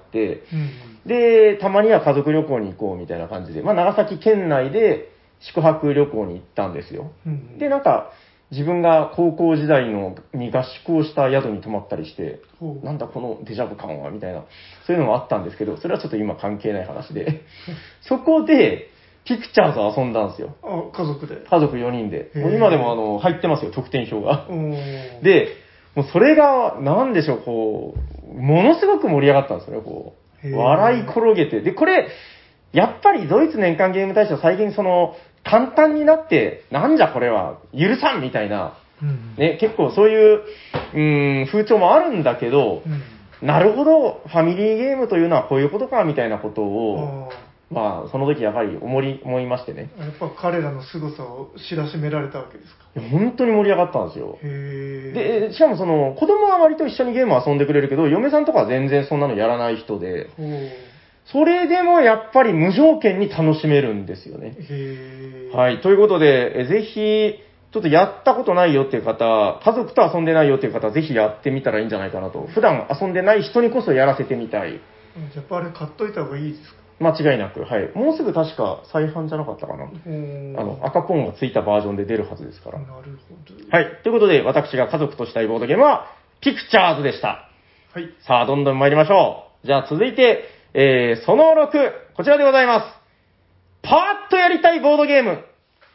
うん。 で、たまには家族旅行に行こうみたいな感じで、まあ、長崎県内で宿泊旅行に行ったんですよ。 うんで、なんか、自分が高校時代のに合宿をした宿に泊まったりして、 ほうなんだこのデジャブ感はみたいな、そういうのもあったんですけど、それはちょっと今関係ない話で、そこで、ピクチャーズを遊んだんですよ。 あ、家族で。 家族よにんで。 へーもう今でもあの、入ってますよ、得点表が。 おー。 で、もうそれが、なんでしょう、こう、ものすごく盛り上がったんですよね、こう。 へー笑い転げて。で、これ、やっぱりドイツ年間ゲーム大賞最近その、簡単になって、なんじゃこれは、許さんみたいな、 うん。 ね、結構そういう、うーん、風潮もあるんだけど、 うん。 なるほど、ファミリーゲームというのはこういうことか、みたいなことを、 あまあ、その時やはり思い、思いましてね。 あ。やっぱ彼らの凄さを知らしめられたわけですか。 いや本当に盛り上がったんですよ。 へえ。 で、しかもその、子供は割と一緒にゲーム遊んでくれるけど、嫁さんとかは全然そんなのやらない人で、 ほう。 それでもやっぱり無条件に楽しめるんですよね。 へえ。。 はいい。ということで、えぜひ、ちょっとやったことないよっていう方、家族と遊んでないよっていう方はぜひやってみたらいいんじゃないかなと。普段遊んでない人にこそやらせてみたい。 やっぱあれ買っといた方がいいですか。 間違いなく。はい。もうすぐ確か再販じゃなかったかな。 ほう。 あの、赤ポンがついたバージョンで出るはずですから。 なるほど。 はい。ということで、私が家族としたいボードゲームは、ピクチャーズでした。 はい。 さあ、どんどん参りましょう。じゃあ、続いて、えー、そのろく、こちらでございます。パーッとやりたいボードゲーム。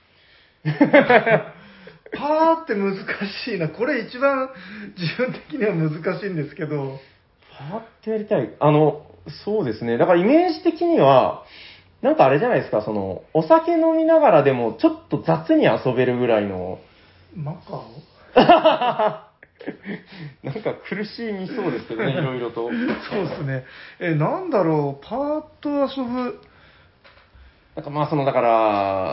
パーって難しいな。これ一番自分的には難しいんですけど。 パーッとやりたい。あの、そうですね。だからイメージ的には、 なんかあれじゃないですか、その、お酒飲みながらでもちょっと雑に遊べるぐらいの。 マカオなんか苦しみそうですけどね、いろいろと。 そうですね。え、なんだろう、パーッと遊ぶ。 なんかまあその、だから、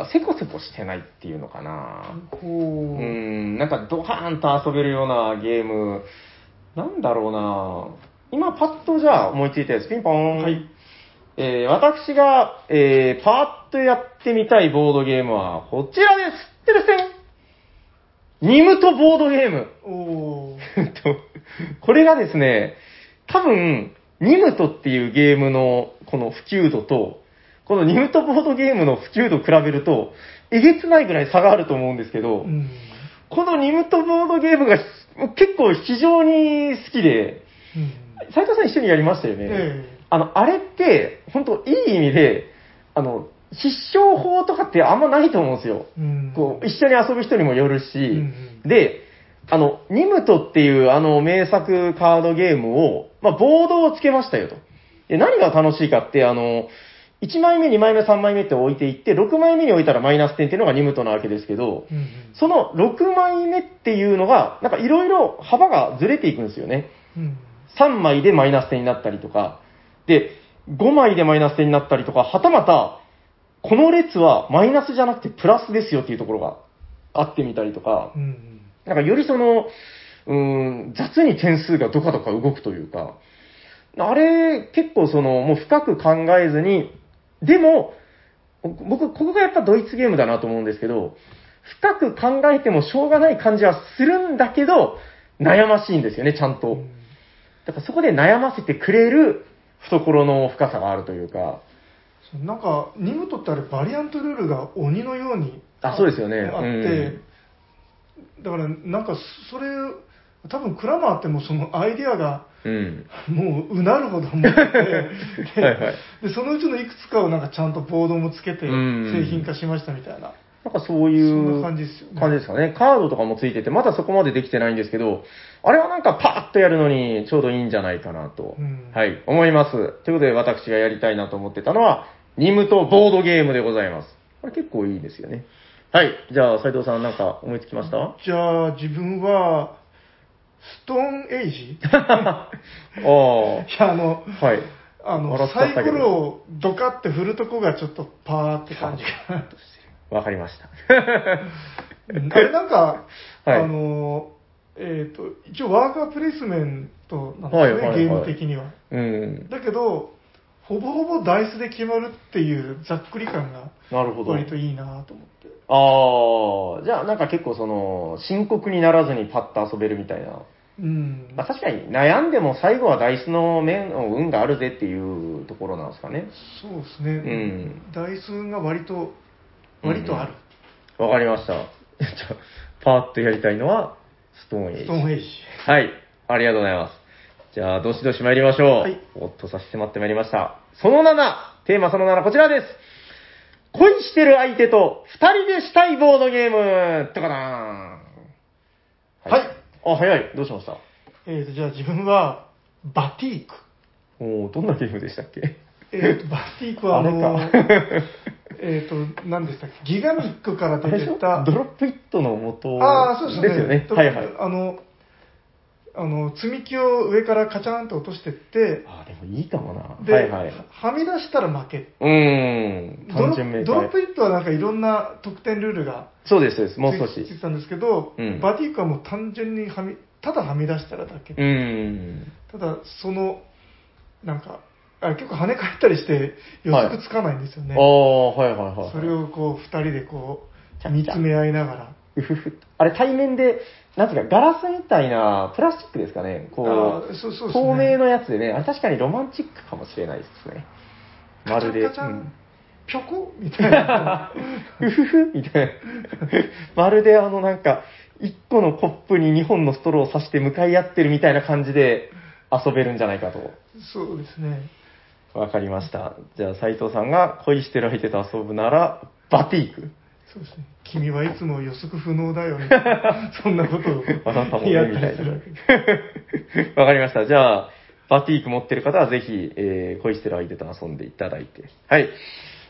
せこせこしてないっていうのかな。 こう。 うーん、なんかドハーンと遊べるようなゲーム、なんだろうな。今パッとじゃあ思いついたやつ、ピンポーン。 はい。 えー、私が、えー、パーッとやってみたいボードゲームはこちらです。てるせん。ニムトボードゲーム。 おー。 これがですね、多分、ニムトっていうゲームのこの普及度と、このニムトボードゲームの普及度を比べると、えげつないぐらい差があると思うんですけど、 うん、 このニムトボードゲームが結構非常に好きで、斉、うん、藤さん一緒にやりましたよね。 ええ、 あの、あれって、本当いい意味で、あの、必勝法とかってあんまないと思うんですよ。 うん、 こう、一緒に遊ぶ人にもよるし、 うんうん、 で、あの、ニムトっていうあの名作カードゲームを、まあ、ボードをつけましたよと。で、何が楽しいかって、あの、いちまいめ、にまいめ、さんまいめって置いていって、ろくまいめに置いたらマイナス点っていうのがニムトなわけですけど、 うんうん、 そのろくまいめっていうのが、なんかいろいろ幅がずれていくんですよね。 うん、 さんまいでマイナス点になったりとか、で、ごまいでマイナス点になったりとか、はたまた、この列はマイナスじゃなくてプラスですよっていうところがあってみたりとか、 うんうん、 なんかよりその、うーん、雑に点数がどかどか動くというか、あれ、結構その、もう深く考えずに、でも、僕、ここがやっぱドイツゲームだなと思うんですけど、深く考えてもしょうがない感じはするんだけど、悩ましいんですよね、ちゃんと。うん、だからそこで悩ませてくれる懐の深さがあるというか。 なんか、ニムトってあれ、バリアントルールが鬼のようにあ、そうですよね。 あって、うん、だからなんか、それ、多分クラマーってもうそのアイディアが、うん、もううなるほど思っててで、はいはい、でそのうちのいくつかをなんかちゃんとボードもつけて製品化しましたみたいな。 なんかそういうそんな感じですよね。 感じですかね。カードとかもついてて、まだそこまでできてないんですけど、あれはなんかパーッとやるのにちょうどいいんじゃないかなと、うん、はい、思います。ということで私がやりたいなと思ってたのは、ニムとボードゲームでございます。これ結構いいですよね。はい。じゃあ、斉藤さんなんか思いつきました？ じゃあ、自分は、ストーンエイジああ。いや、あの、 はい。 あの、サイコロをドカって振るとこがちょっとパーって感じかなとしてる。わかりました。 あれなんか、はい、あの、えっ、ー、と、一応ワーカープレイスメントなんですね、はいはいはい、ゲーム的には。 うん、 だけど、ほぼほぼダイスで決まるっていうざっくり感が割といいなと思って。 ああ、じゃあなんか結構その、深刻にならずにパッと遊べるみたいな。 うん。 まあ確かに悩んでも最後はダイスの面の運があるぜっていうところなんですかね。 そうですね。 うん。 ダイスが割と、割とある。 わ、うん、かりました。じゃあ、パーッとやりたいのは、ストーンエイジ。 ストーンエイジ。 はい。ありがとうございます。じゃあ、どしどし参りましょう。はい。おっと、差し迫ってまいりました。そのなな、テーマそのなな、こちらです。恋してる相手と二人でしたいボードゲームとかだーん。 はい。 あ、早い。どうしました？ えーと、じゃあ自分は、バティーク。 おー、どんなゲームでしたっけ？ えーと、バティークはあの、あえーと、何でしたっけ？ギガミックから出てた。 ドロップイットの元ああ、そうですね。 ですよね。はいはい。 あの、あの、積み木を上からカチャーンと落としてって、 ああ、でもいいかもな。 で、 はいはい。 はみ出したら負け。 うーん。単純明快。 ドロップイットはなんかいろんな得点ルールが。 そうです、そうです。もう少し。 ついてたんですけど、うん、バティークはもう単純にはみ、ただはみ出したらだけ。 うん。 ただ、その、なんか、あ結構跳ね返ったりして予測つかないんですよね。 はい、ああ、はいはいはい。 それをこう、二人でこう、見つめ合いながら。 うふふ。あれ対面で、なんていうか、ガラスみたいな、プラスチックですかね。こう、そうそうそう、ね、透明のやつでね、あれ確かにロマンチックかもしれないですね。まるで。 カチャンカチャン、うん、ぴょこみたいな。 うふふみたいな。まるであのなんか、一個のコップに二本のストローを刺して向かい合ってるみたいな感じで遊べるんじゃないかと。 そうですね。 わかりました。じゃあ、斉藤さんが恋してる相手と遊ぶなら、バティーク。 そうですね。君はいつも予測不能だよみたいな、そんなことをあなたもね、みたいな。わかりました。じゃあ、バティーク持ってる方はぜひ、えー、恋してる相手と遊んでいただいて。はい。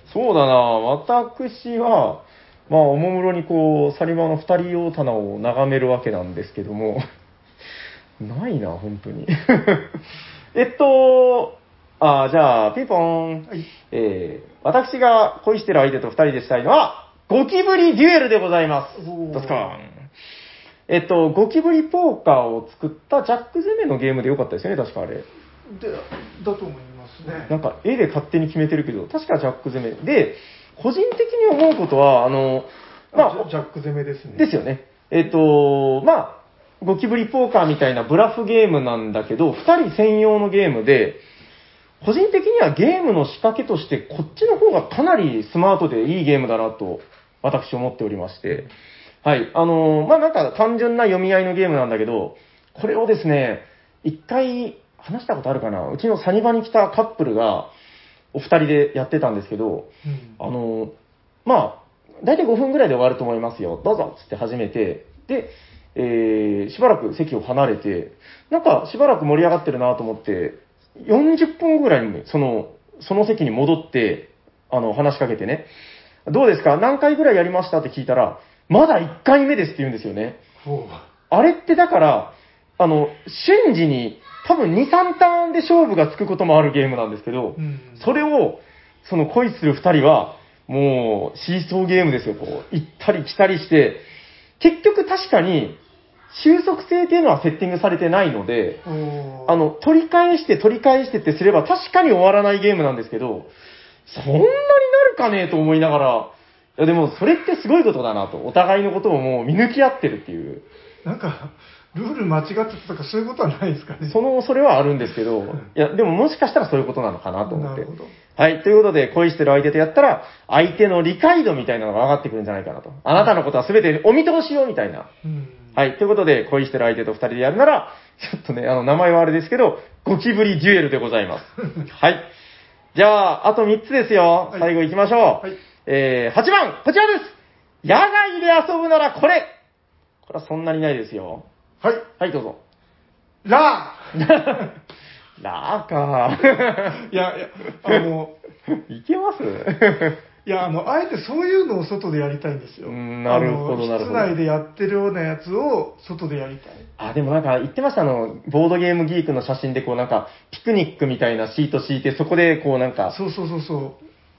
そうだな、私は、まあ、おもむろにこう、サニバの二人用棚を眺めるわけなんですけども、ないな、本当に。えっと、あじゃあ、ピンポーン。はい、えー、私が恋してる相手と二人でしたいのは、ゴキブリデュエルでございます。どうすか。えっと、ゴキブリポーカーを作ったジャック・ゼメのゲームでよかったですよね、確かあれ。 で、だと思いますね。 なんか絵で勝手に決めてるけど、確かジャック・ゼメ。で、個人的に思うことは、あの、まあ、 ジャック・ゼメですね。 ですよね。えっと、まあ、ゴキブリポーカーみたいなブラフゲームなんだけど、二人専用のゲームで、個人的にはゲームの仕掛けとして、こっちの方がかなりスマートでいいゲームだなと、私思っておりまして。はい。あのー、まあ、なんか単純な読み合いのゲームなんだけど、これをですね、一回話したことあるかな、うちのサニバに来たカップルが、お二人でやってたんですけど、うん、あのー、まあ、だいたいごふんぐらいで終わると思いますよ。どうぞつって始めて、で、えー、しばらく席を離れて、なんかしばらく盛り上がってるなと思って、よんじゅっぷんぐらいにその、その席に戻って、あの、話しかけてね、どうですか何回ぐらいやりましたって聞いたら、まだいっかいめですって言うんですよね。あれってだから、あの、瞬時に多分に、さんターンで勝負がつくこともあるゲームなんですけど、うん、それを、その恋する二人は、もう、シーソーゲームですよ。こう、行ったり来たりして、結局確かに、収束性っていうのはセッティングされてないので、あの、取り返して取り返してってすれば確かに終わらないゲームなんですけど、そんなになるかねと思いながら、いやでもそれってすごいことだなと。お互いのことをもう見抜き合ってるっていう。 なんか、ルール間違ってたとかそういうことはないですかね。 その、それはあるんですけど、いや、でももしかしたらそういうことなのかなと思って。なるほど。はい。ということで、恋してる相手とやったら、相手の理解度みたいなのが上がってくるんじゃないかなと。あなたのことは全てお見通しよみたいな。うん、はい。ということで、恋してる相手と二人でやるなら、ちょっとね、あの、名前はあれですけど、ゴキブリデュエルでございます。はい。じゃあ、あとみっつですよ。はい、最後行きましょう。はい、えー、はちばん、こちらです。野外で遊ぶならこれ。これはそんなにないですよ。 はい。 はい、どうぞ。 ラーラーかいや、いや、あの、 いけますいや、あの、あえてそういうのを外でやりたいんですよ。 なるほど、なるほど。 室内でやってるようなやつを外でやりたい。 あ、でもなんか言ってました、あの、ボードゲームギークの写真でこうなんか、ピクニックみたいなシート敷いて、そこでこうなんか。 そうそうそうそう。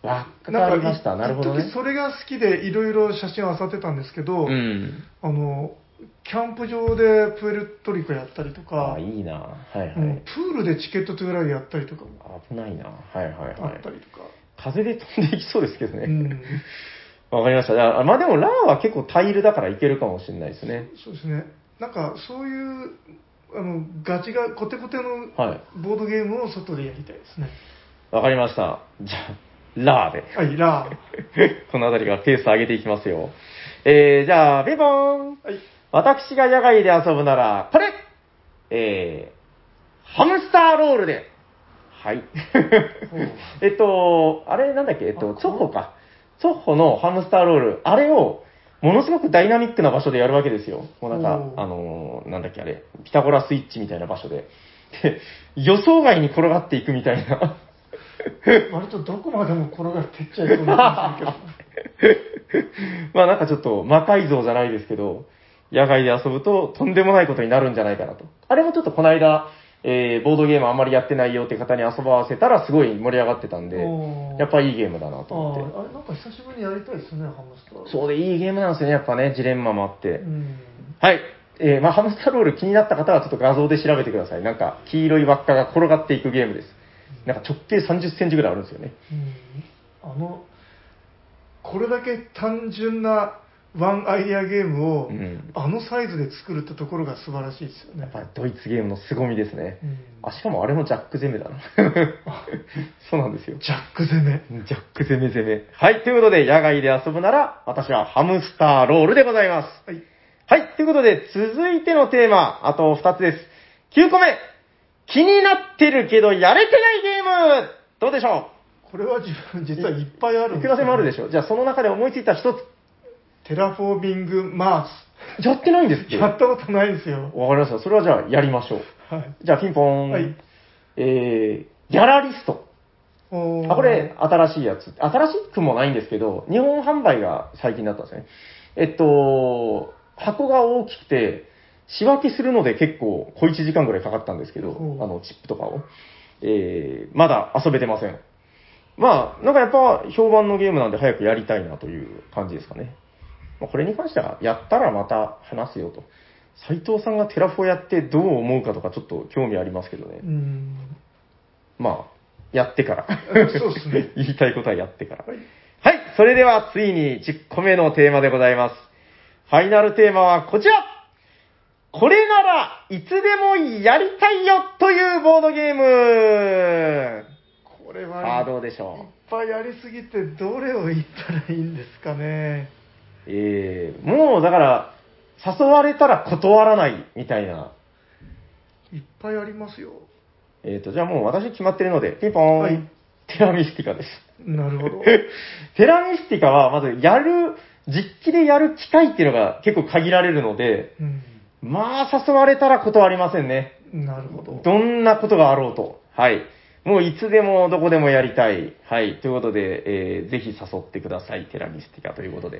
わかりました。なるほどね。 それが好きでいろいろ写真を漁ってたんですけど、うん、あの、キャンプ場でプエルトリコやったりとか、 あ、いいな。はいはい、うん。 プールでチケットトゥーライブやったりとかも。 危ないな。はいはいはい。 あったりとか。 風で飛んでいきそうですけどね。うん。わかりました。じゃあ、まあでもラーは結構タイルだからいけるかもしれないですね。 そうですね。なんかそういう、あの、ガチがコテコテのボードゲームを外でやりたいですね。 わ、はい、かりました。じゃあ、ラーで。 はい、ラー。このあたりがペース上げていきますよ。えー、じゃあ、ビボーン。はい。私が野外で遊ぶなら、これえー、ハムスターロールで。はい。えっと、あれなんだっけえっと、チョッホか。チョッホのハムスターロール。あれを、ものすごくダイナミックな場所でやるわけですよ。もうなんか、あのー、なんだっけあれ、ピタゴラスイッチみたいな場所で。で、予想外に転がっていくみたいな。 割とどこまでも転がっていっちゃいそうな気がするけど。まあなんかちょっと魔改造じゃないですけど、野外で遊ぶととんでもないことになるんじゃないかなと。あれもちょっとこの間、えー、ボードゲームあんまりやってないよって方に遊ばわせたらすごい盛り上がってたんで、やっぱいいゲームだなと思って。 ああれなんか久しぶりにやりたいですね、ハムスター。 そうでいいゲームなんですよね、やっぱね、ジレンマもあって。はい。えー、まあハムスターロール気になった方はちょっと画像で調べてください。なんか黄色い輪っかが転がっていくゲームです。なんか直径さんじゅっセンチぐらいあるんですよね。 うん、あの、これだけ単純なワンアイデアゲームを、うん、あのサイズで作るってところが素晴らしいですよね。 やっぱりドイツゲームの凄みですね。うん、あ、しかもあれもジャック攻めだな。そうなんですよ。 ジャック攻め。 ジャック攻め攻め。はい、ということで、野外で遊ぶなら、私はハムスターロールでございます。はい。はい、ということで、続いてのテーマ、あとふたつです。きゅうこめ。気になってるけどやれてないゲームどうでしょう？これは自分実はいっぱいあるんですよ、ね。 いくらでもあるでしょ。じゃあその中で思いついた一つ。 テラフォーミングマース。やってないんですって。 やったことないんですよ。 わかりました。それはじゃあやりましょう。はい。じゃあピンポーン。はい。えー、ギャラリスト。 あ、これ、新しいやつ。新しくもないんですけど、日本販売が最近だったんですね。えっと、箱が大きくて、仕分けするので結構小いちじかんぐらいかかったんですけど、あの、チップとかを。えー、まだ遊べてません。まあ、なんかやっぱ評判のゲームなんで早くやりたいなという感じですかね。まあ、これに関しては、やったらまた話すよと。斉藤さんがテラフォやってどう思うかとかちょっと興味ありますけどね。 うん。 まあ、やってから。 そうですね。 言いたいことはやってから。 はい、 はい、それではついにじゅっこめのテーマでございます。ファイナルテーマはこちら。これならいつでもやりたいよというボードゲーム。 これは、 さあどうでしょう。 いっぱいやりすぎてどれを言ったらいいんですかね。 えー、もうだから、誘われたら断らないみたいな。 いっぱいありますよ。 えーと、じゃあもう私決まってるので、ピンポーン。はい、テラミスティカです。 なるほど。 テラミスティカは、まずやる、実機でやる機会っていうのが結構限られるので、うん、まあ誘われたら断りませんね。 なるほど。 どんなことがあろうと。はい。もういつでもどこでもやりたい。はい。ということで、えー、ぜひ誘ってください。テラミスティカということで。はい、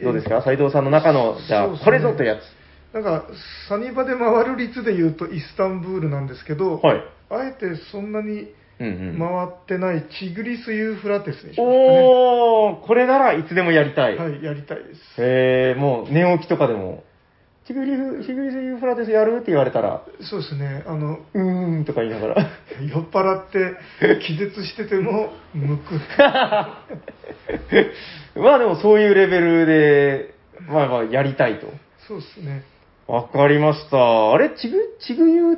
どうですか、斉藤さんの中の、じゃあ、ね、これぞというやつ。 なんか、サニバで回る率で言うとイスタンブールなんですけど、 はい、 あえてそんなに回ってないチグリス・ユーフラテスにしますかね。おー、これならいつでもやりたい。 はい、やりたいです。 へー、もう寝起きとかでも、チグリス・チグリス・ユーフラテスやるって言われたら、 そうですね、あの、 うーんとか言いながら。 酔っ払って気絶してても、むく。 まあでもそういうレベルで、まあまあやりたいと。 そうですね。 わかりました。あれ、ちぐ、ちぐゆうって、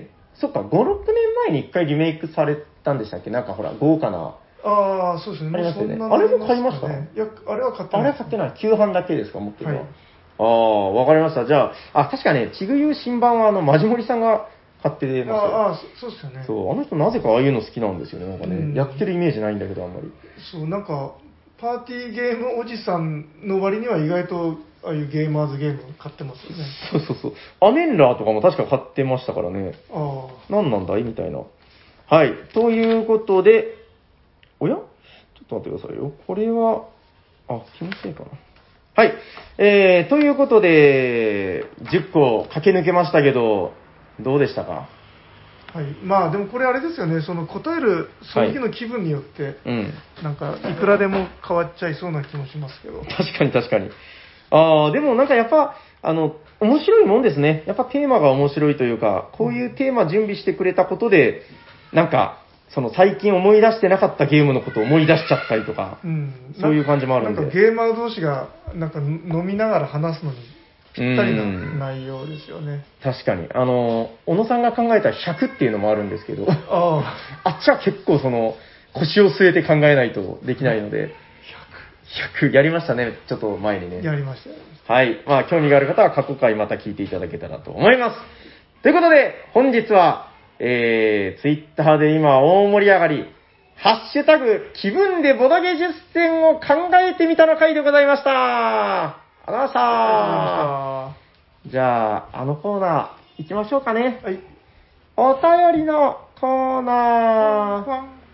そっか、ご、ろくねんまえにいっかいリメイクされたんでしたっけ、なんかほら、豪華な。 ああ、そうですね。 ありますよね。 あれも買いました？ いや、あれは買ってない。 あれは買ってない。旧版だけですか、持ってるのは。はい、ああ、わかりました。じゃあ、あ、確かね、ちぐゆう新版は、あの、マジモリさんが買ってますよ。 ああ、そうですよね。 そう、あの人なぜかああいうの好きなんですよね。なんかね、うん、やってるイメージないんだけど、あんまり。 そう、なんか、パーティーゲームおじさんの割には意外と、ああいうゲーマーズゲーム買ってますよね。 そうそうそう。アメンラーとかも確か買ってましたからね。 ああ。 何なんだいみたいな。はい。ということで、おやちょっと待ってくださいよ。これは、あ、気のせいかな。はい。えー、ということで、じゅっこ駆け抜けましたけど、どうでしたか？ はい、まあでもこれあれですよね、その答えるその日の気分によって、はい、うん、なんかいくらでも変わっちゃいそうな気もしますけど。 確かに確かに。ああ、でもなんかやっぱ、あの、面白いもんですね。やっぱテーマが面白いというか、こういうテーマ準備してくれたことで、なんか、その最近思い出してなかったゲームのことを思い出しちゃったりとか、うん、そういう感じもあるんで。 なんかゲーマー同士がなんか飲みながら話すのにぴったりな内容ですよね。 確かに。あの、小野さんが考えたひゃくっていうのもあるんですけど、 ああっちは結構その、腰を据えて考えないとできないので、ひゃくやりましたね、ちょっと前にね。 やりましたよ。 はい。まあ、興味がある方は過去回また聞いていただけたらと思います。ということで、本日は、えー、ツイッターで今大盛り上がり、ハッシュタグ、気分でボドゲ実践を考えてみたの回でございました。ありがとうございました。ありがとうございました。じゃあ、あのコーナー、行きましょうかね。はい。お便りのコーナー。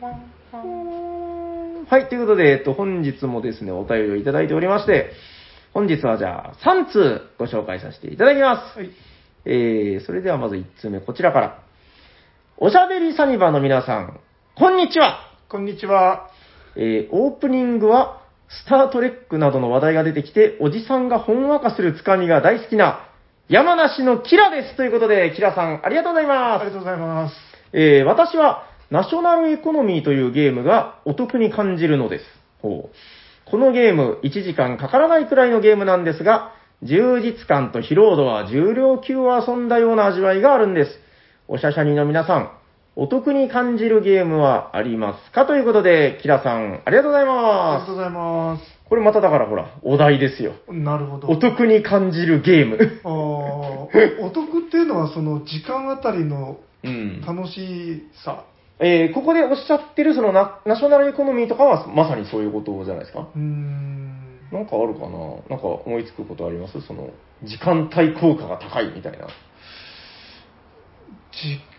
はい、ということで、えっと、本日もですね、お便りをいただいておりまして、本日はじゃあ、さんつうご紹介させていただきます。はい。えー、それではまずいっつうめ、こちらから。おしゃべりサニバの皆さん、こんにちは。 こんにちは。 えー、オープニングは、スタートレックなどの話題が出てきて、おじさんがほんわかするつかみが大好きな、山梨のキラです。ということで、キラさん、ありがとうございます。 ありがとうございます。 えー、私は、ナショナルエコノミーというゲームがお得に感じるのです。ほう。このゲーム、いちじかんかからないくらいのゲームなんですが、充実感と疲労度は重量級を遊んだような味わいがあるんです。おしゃしゃにの皆さん、お得に感じるゲームはありますかということで、キラさん、ありがとうございます。 ありがとうございます。 これまただからほら、お題ですよ。 なるほど。 お得に感じるゲーム。 あお得っていうのは、その時間あたりの楽しさ。 うん、えー、ここでおっしゃってるそのナ、ナショナルエコノミーとかはまさにそういうことじゃないですか。うーん。なんかあるかな、なんか思いつくことあります？その、時間帯効果が高いみたいな。 じ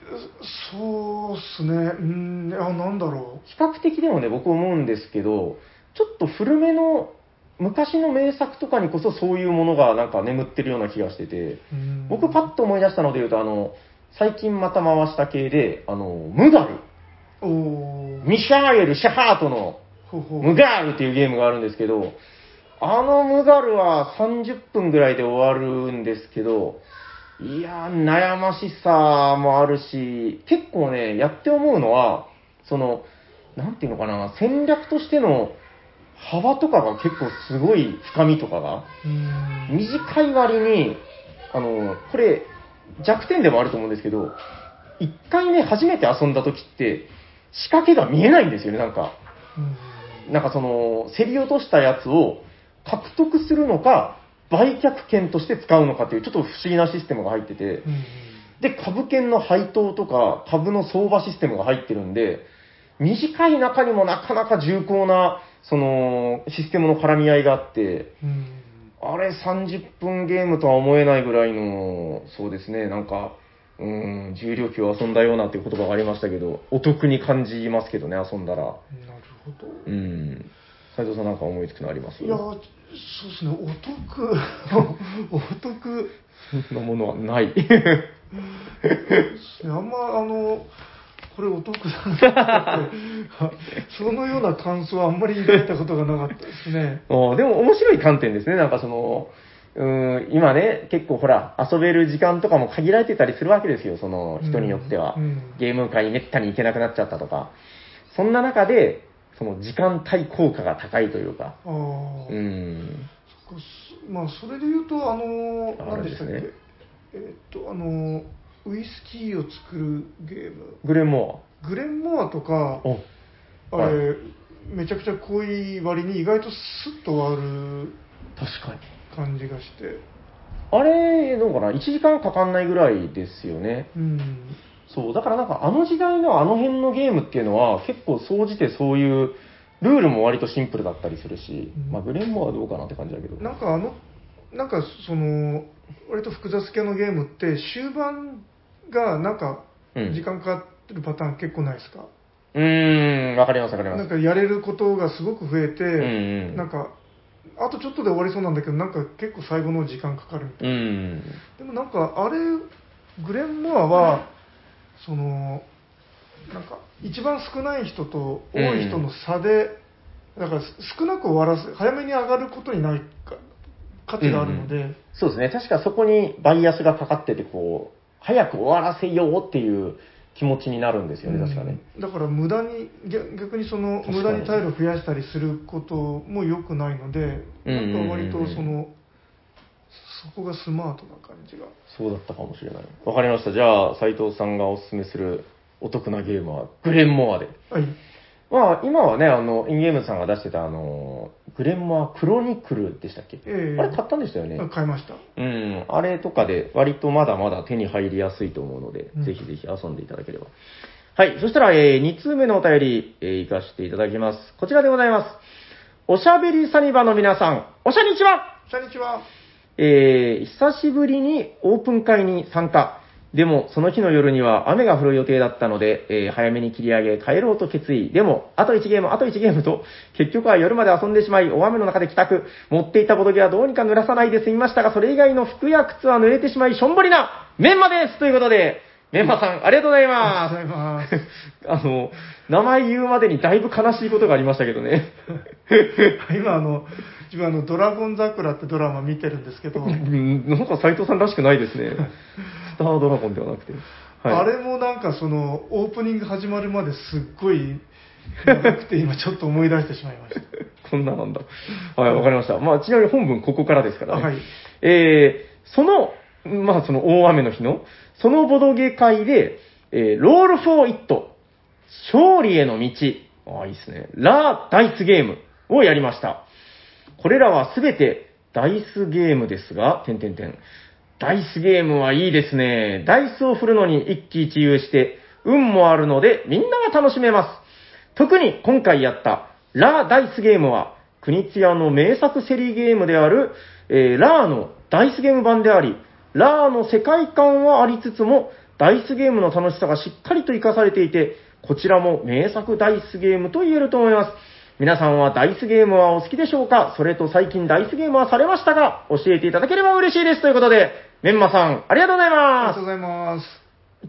そうっすね。うん、あ、なんだろう。比較的でもね、僕思うんですけど、ちょっと古めの昔の名作とかにこそそういうものがなんか眠ってるような気がしてて、僕パッと思い出したので言うと、あの、最近また回した系で、あの、ムガル。 おミシャーエル・シャハートのほほムガールっていうゲームがあるんですけど、あのムガルはさんじゅっぷんぐらいで終わるんですけど、いやー、悩ましさもあるし、結構ね、やって思うのは、その、なんていうのかな、戦略としての幅とかが結構すごい深みとかが、短い割に、あの、これ、弱点でもあると思うんですけど、一回ね、初めて遊んだ時って、仕掛けが見えないんですよね、なんか。なんかその、競り落としたやつを獲得するのか、売却権として使うのかっていう、ちょっと不思議なシステムが入ってて、で、株券の配当とか、株の相場システムが入ってるんで、短い中にもなかなか重厚な、その、システムの絡み合いがあって、あれさんじゅっぷんゲームとは思えないぐらいの、そうですね、なんか、うん、重量級を遊んだようなっていう言葉がありましたけど、お得に感じますけどね、遊んだら。なるほど。 うん。斉藤さんなんか思いつくのあります？ いや、そうですね、お得、お得。 そんなものはない。 あんま、あの、これお得だなって、そのような感想はあんまり抱いたことがなかったですね。 でも面白い観点ですね、なんかその、うーん今ね、結構ほら、遊べる時間とかも限られてたりするわけですよ、その人によっては。 うんうん、 ゲーム会にめったに行けなくなっちゃったとか。そんな中で、その時間対効果が高いというか。 あうん。 まあ、それで言うと、あの、何でしたっけ、 ね、 えー、っと、あの、ウイスキーを作るゲーム。 グレンモア。グレンモアとか、あれ、はい、めちゃくちゃ濃い割に意外とスッと終わる感じがして。 あれ、どうかな、いちじかんかかんないぐらいですよね。 うん。 そう、だからなんかあの時代のあの辺のゲームっていうのは結構総じてそういうルールも割とシンプルだったりするし、うん、まあグレンモアはどうかなって感じだけど。 なんかあの、なんかその、割と複雑系のゲームって終盤がなんか時間かかってるパターン結構ないですか？ うーん、わかりますわかります。 なんかやれることがすごく増えて、 うんうん、 なんか、あとちょっとで終わりそうなんだけど、なんか結構最後の時間かかるみたいな。うん、でもなんか、あれ、グレンモアは、その、なんか、一番少ない人と多い人の差で、うん、だから少なく終わらせ、早めに上がることにないか価値があるので、うんうん、 そうですね。確かそこにバイアスがかかってて、こう、早く終わらせようっていう気持ちになるんですよね、確かね。 だから無駄に、逆にその無駄にタイルを増やしたりすることも良くないので、なんか割とその、そこがスマートな感じが。 そうだったかもしれない。わかりました。じゃあ、斉藤さんがおすすめするお得なゲームは、グレンモアで。 はい。 まあ、今はね、あの、インゲームさんが出してた、あの、グレンモアクロニクルでしたっけ、えー、あれ買ったんでしたよね。 買いました。 うん。あれとかで、割とまだまだ手に入りやすいと思うので、うん、ぜひぜひ遊んでいただければ。はい。そしたら、えー、に通目のお便り、えー、行かせていただきます。こちらでございます。おしゃべりサニバの皆さん、おしゃにちはおしゃにちは。 えー、久しぶりにオープン会に参加。でも、その日の夜には雨が降る予定だったので、えー、早めに切り上げ帰ろうと決意。でも、あといちゲーム、あといちゲームと、結局は夜まで遊んでしまい、大雨の中で帰宅。持っていたボドゲはどうにか濡らさないで済みましたが、それ以外の服や靴は濡れてしまい、しょんぼりなメンマですということで、メンマさん、ありがとうございます。 ありがとうございます。 あの、名前言うまでにだいぶ悲しいことがありましたけどね。 今、あの、自分あの、ドラゴン桜ってドラマ見てるんですけど。 なんか斉藤さんらしくないですね。スタードラゴンではなくて。 はい、あれもなんかその、オープニング始まるまですっごい長くて、今ちょっと思い出してしまいました。 こんななんだ。はい、わかりました。まあ、ちなみに本文ここからですからね。 はい。 えー、その、まあ、その大雨の日の、そのボドゲ会で、えー、ロールフォーイット、勝利への道、ああ、いいですね。ラ・ダイスゲームをやりました。これらはすべてダイスゲームですが、点々点。ダイスゲームはいいですね。ダイスを振るのに一喜一憂して、運もあるのでみんなが楽しめます。特に今回やったラ・ダイスゲームは、国津屋の名作セリゲームである、えー、ラーのダイスゲーム版であり、ラーの世界観はありつつも、 ダイスゲームの楽しさがしっかりと活かされていて、こちらも名作ダイスゲームと言えると思います。皆さんはダイスゲームはお好きでしょうか？それと最近ダイスゲームはされましたか？教えていただければ嬉しいです。ということで、メンマさん、ありがとうございます。 ありがとうございます。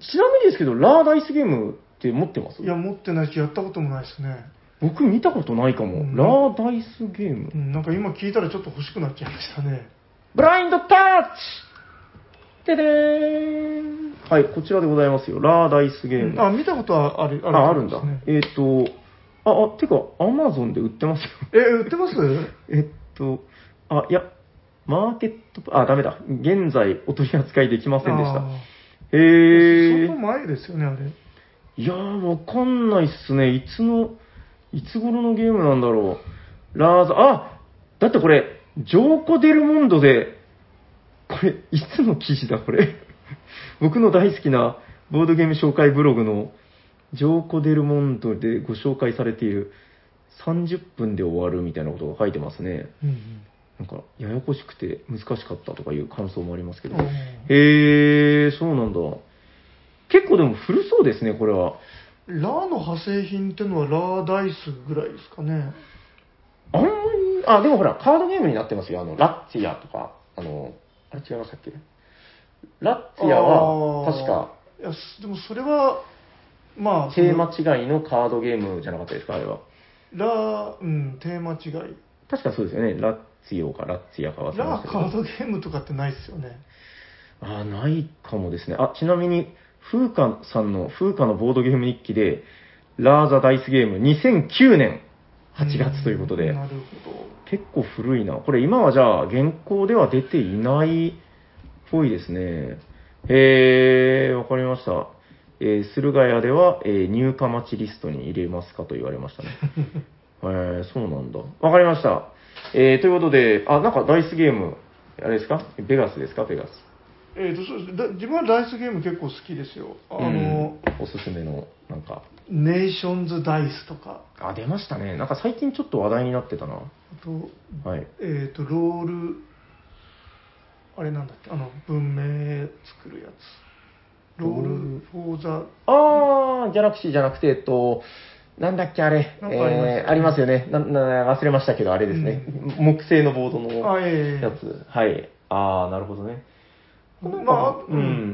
ちなみにですけど、ラーダイスゲームって持ってます？ いや、持ってないし、やったこともないですね。 僕見たことないかも。うん、ラーダイスゲーム、 うん、なんか今聞いたらちょっと欲しくなっちゃいましたね。 ブラインドタッチてでーん。はい、こちらでございますよ。ラーダイスゲーム。 うん、あ、見たことはある、 ある、あ、あるんだ。えっ、ー、と、あ、あ、てか、アマゾンで売ってますよ。 え、売ってます？ えっと、あ、いや、マーケット、あ、ダメだ。現在お取り扱いできませんでした。へー。 相当前ですよね、あれ。 いやー、わかんないっすね。いつの、いつ頃のゲームなんだろう。ラーザ、あ、だってこれ、ジョーコ・デルモンドで、これ、いつの記事だ、これ。僕の大好きなボードゲーム紹介ブログの、ジョーコ・デルモンドでご紹介されているさんじゅっぷんで終わるみたいなことが書いてますね。うんうん、なんか、ややこしくて難しかったとかいう感想もありますけど。へー、そうなんだ。結構でも古そうですね、これは。 ラーの派生品ってのはラーダイスぐらいですかね。 あんまり、あ、でもほら、カードゲームになってますよ。あの、ラッツィアとか、あの、あれ違いましたっけ？ラッツィアは、確か、 いや、でもそれは、まあ、 テーマ違いのカードゲームじゃなかったですか、あれは。 ラー、うん、テーマ違い。 確かそうですよね。ラッツィオかラッツィアか忘れましたけど。 ラーカードゲームとかってないですよね。 あ、ないかもですね。あ、ちなみに、風花さんの、風花のボードゲーム日記で、ラーザダイスゲームにせんきゅうねんはちがつということで、 なるほど。 結構古いな。これ今はじゃあ現行では出ていないっぽいですね。へー、わかりました。えー、駿河屋では、えー、入荷待ちリストに入れますかと言われましたね。えー、そうなんだ。わかりました。えー、ということで、あ、なんかダイスゲーム、あれですか？ベガスですか？ベガス。 えーと、そうです。自分はダイスゲーム結構好きですよ。あの、うん、 おすすめの、なんか。 ネーションズダイスとか。 あ、出ましたね。なんか最近ちょっと話題になってたな。あと、 はい。 えーと、ロール、あれなんだっけ、あの、文明作るやつ。ロールフォーザ。 あー、ギャラクシーじゃなくて、えっと、なんだっけ、あれ。 なんかあります、ねえー、ありますよねなな。忘れましたけど、あれですね。うん、木製のボードのあ、えー、 やつ。はい。あー、なるほどね。 まあ、うん、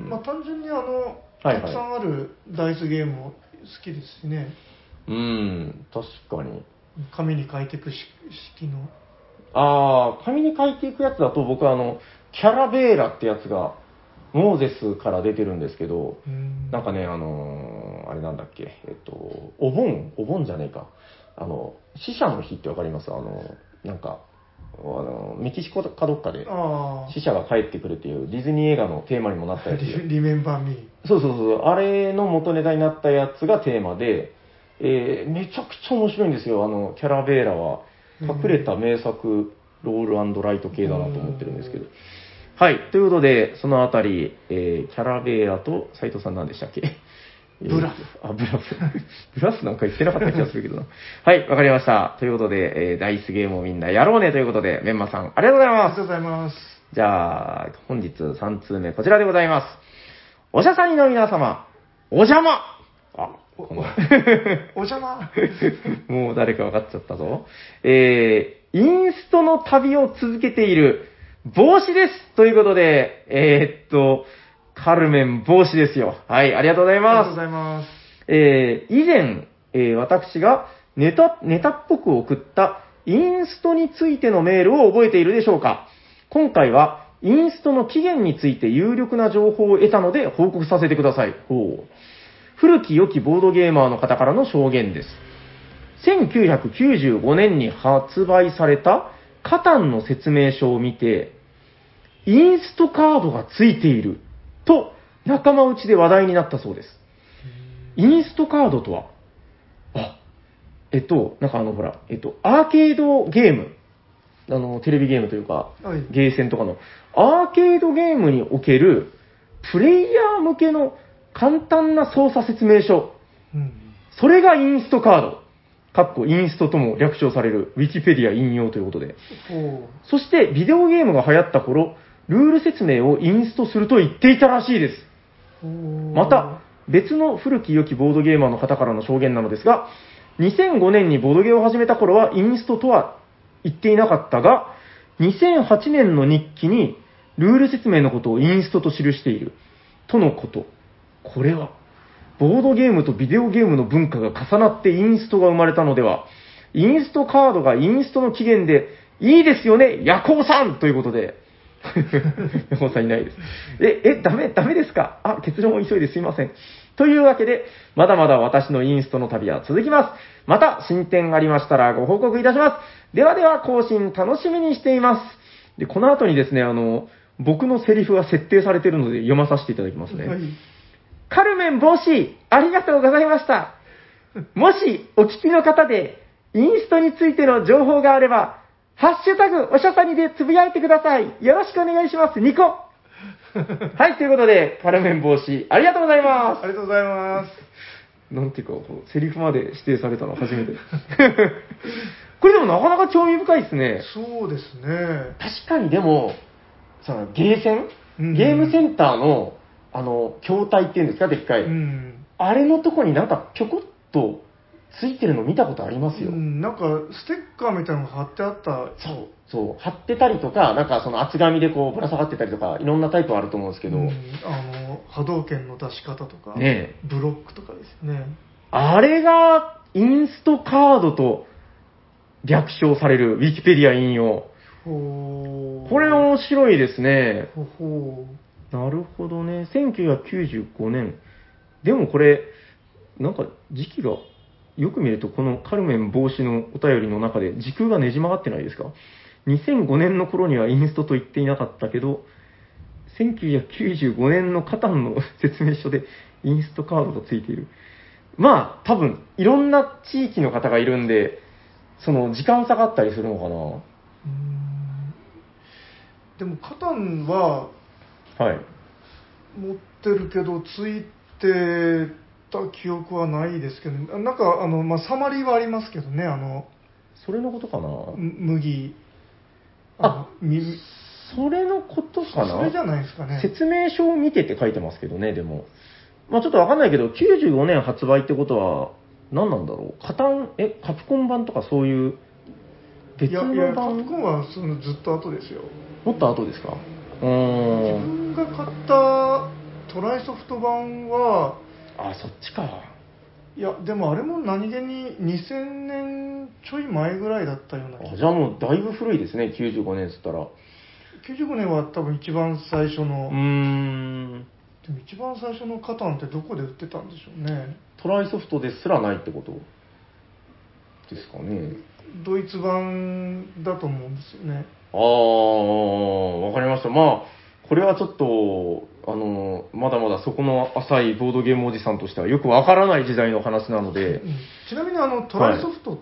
まあ、単純にあの、たくさんあるダイスゲームも好きですしね。 うん、確かに。 紙に書いていく式の。 ああ、紙に書いていくやつだと、僕はあの、キャラベーラってやつが、モーゼスから出てるんですけど、んなんかね、あのー、あれなんだっけ、えっと、お盆、お盆じゃねえか。あの、死者の日ってわかります？あの、なんか、あの、メキシコかどっかで、死者が帰ってくるっていうディズニー映画のテーマにもなったやつ。 リメンバーミー。 そうそうそう、あれの元ネタになったやつがテーマで、えー、めちゃくちゃ面白いんですよ、あの、キャラベーラは。隠れた名作、ロール&ライト系だなと思ってるんですけど。はい。ということで、そのあたり、えー、キャラベーラと斉藤さん何でしたっけ？ ブラス。 あ、ブラス。ブラスなんか言ってなかった気がするけどな。はい、わかりました。ということで、えー、ダイスゲームをみんなやろうねということで、メンマさん、ありがとうございます。 ありがとうございます。 じゃあ、本日さん通目、こちらでございます。おしゃさにの皆様、お邪魔あ、このお邪魔もう誰か分かっちゃったぞ。えー、インストの旅を続けている帽子ですということで、えー、っと、カルメン帽子ですよ。はい、ありがとうございます。 ありがとうございます。 えー、以前、えー、私がネタ、ネタっぽく送ったインストについてのメールを覚えているでしょうか？今回はインストの起源について有力な情報を得たので報告させてください。ほう。古き良きボードゲーマーの方からの証言です。せんきゅうひゃくきゅうじゅうごねんに発売されたカタンの説明書を見て、インストカードがついていると仲間内で話題になったそうです。インストカードとは、あ、えっと、なんかあのほら、えっと、アーケードゲーム、あの、テレビゲームというか、 はい、 ゲーセンとかの、アーケードゲームにおけるプレイヤー向けの簡単な操作説明書。うん、それがインストカード。かっこインストとも略称されるウィキペディア引用ということで。そしてビデオゲームが流行った頃、ルール説明をインストすると言っていたらしいです。 また、別の古き良きボードゲーマーの方からの証言なのですが、にせんごねんにボードゲーを始めた頃はインストとは言っていなかったが、にせんはちねんの日記にルール説明のことをインストと記している。とのこと。これは、ボードゲームとビデオゲームの文化が重なってインストが生まれたのでは、インストカードがインストの起源で、いいですよね、ヤコウさんということで。ヤコウさんいないです。え、え、ダメ、ダメですか？あ、結論を急いですいません。というわけで、まだまだ私のインストの旅は続きます。また進展がありましたらご報告いたします。ではでは更新楽しみにしています。で、この後にですね、あの、僕のセリフが設定されているので読まさせていただきますね。はい、カルメン帽子、ありがとうございました。もしお聞きの方で、インストについての情報があれば、ハッシュタグおしゃさにでつぶやいてください。よろしくお願いします。ニコ。はい、ということで、カルメン帽子、ありがとうございます。 ありがとうございます。 なんていうか、こうセリフまで指定されたの初めて。これでもなかなか興味深いですね。 そうですね。 確かにでも、そのゲーセン、うん、ゲームセンターの、あの、筐体っていうんですか、でっかい。うん、あれのとこになんかぴょこっとついてるの見たことありますよ。うん、 なんかステッカーみたいなのが貼ってあった。 そう、そう、貼ってたりとか、なんかその厚紙でこうぶら下がってたりとか、いろんなタイプあると思うんですけど。うん、 あの、波動拳の出し方とか、 ね、 ブロックとかですね。 あれがインストカードと略称されるウィキペディア引用。 ほー。 これ面白いですね。 ほほー。なるほどね。せんきゅうひゃくきゅうじゅうごねん。でもこれ、なんか時期が、よく見るとこのカルメン帽子のお便りの中で時空がねじ曲がってないですか？にせんごねんの頃にはインストと言っていなかったけど、せんきゅうひゃくきゅうじゅうごねんのカタンの説明書でインストカードがついている。まあ、多分、いろんな地域の方がいるんで、その時間差があったりするのかな。うーん、でもカタンは、 はい。 持ってるけど、ついてた記憶はないですけど、なんか、あの、まあ、サマリーはありますけどね、あの、 それのことかな。 麦。 あ、みそれのことかな。 それじゃないですかね。 説明書を見てって書いてますけどね、でも。まあちょっとわかんないけど、きゅうじゅうごねん発売ってことは、何なんだろう。カタン、え、カプコン版とかそういう別の版？ いやいや、カプコンはそのずっと後ですよ。 もっと後ですか？うーん。自分が買ったトライソフト版は、 あ、そっちか。 いや、でもあれも何気ににせんねんちょい前ぐらいだったような気が。 あ、じゃあもうだいぶ古いですね、きゅうじゅうごねんっつったら。 きゅうじゅうごねんは多分一番最初の。 うーん。 でも一番最初のカタンってどこで売ってたんでしょうね。 トライソフトですらないってことですかね。 ドイツ版だと思うんですよね。 ああ、わかりました。まあ、これはちょっと、あの、まだまだそこの浅いボードゲームおじさんとしてはよくわからない時代の話なので。 うん、ちなみにあの、トライソフトって、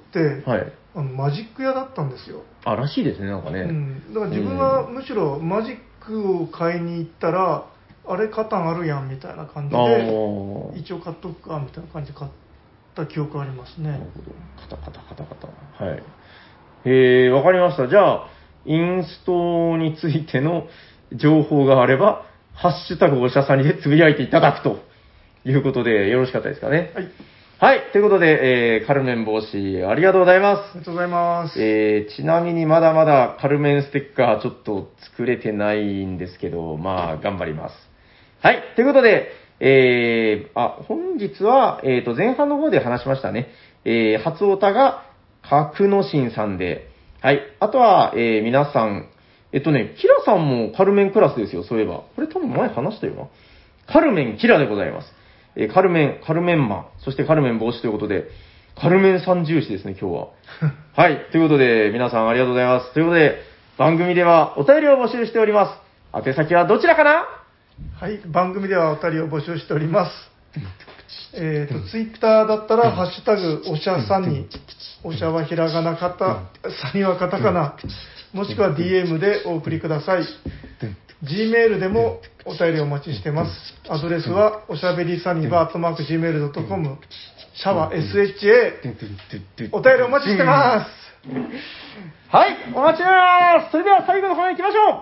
はいはい、 あのマジック屋だったんですよ。 あ、らしいですね、なんかね。 うん、だから自分はむしろマジックを買いに行ったら、あれカタンあるやんみたいな感じで、一応買っとくかみたいな感じで買った記憶ありますね。なるほど。 カタカタカタカタ。はい。えー、わかりました。じゃあ、インストについての情報があれば、ハッシュタグおしゃさにでつぶやいていただくということでよろしかったですかね。 はい。 はい。ということで、えー、カルメン帽子、ありがとうございます。 ありがとうございます。 えー、ちなみにまだまだカルメンステッカーちょっと作れてないんですけど、まあ、頑張ります。はい。ということで、えー、あ、本日は、えっと、前半の方で話しましたね。えー、初オタが、角野新さんで、はい。あとは、えー、皆さん、えっとね、キラさんもカルメンクラスですよ、そういえば。これ多分前話したよな。カルメンキラでございます。えー、カルメン、カルメンマン、そしてカルメン帽子ということで、カルメン三重視ですね、今日は。はい。ということで、皆さんありがとうございます。ということで、番組ではお便りを募集しております。宛先はどちらかな？ はい。番組ではお便りを募集しております。えっと、ツイッターだったら、ハッシュタグ、おしゃさに、おしゃはひらがなかた、さにはカタカナ、もしくは ディーエム でお送りください。Gmail でもお便りお待ちしてます。アドレスは、おしゃべりさにば、アットマーク ジーメールドットコム、シャワー エスエイチエー、お便りお待ちしてます。 はい、お待ちしてます。それでは最後の方に行きましょう。はい、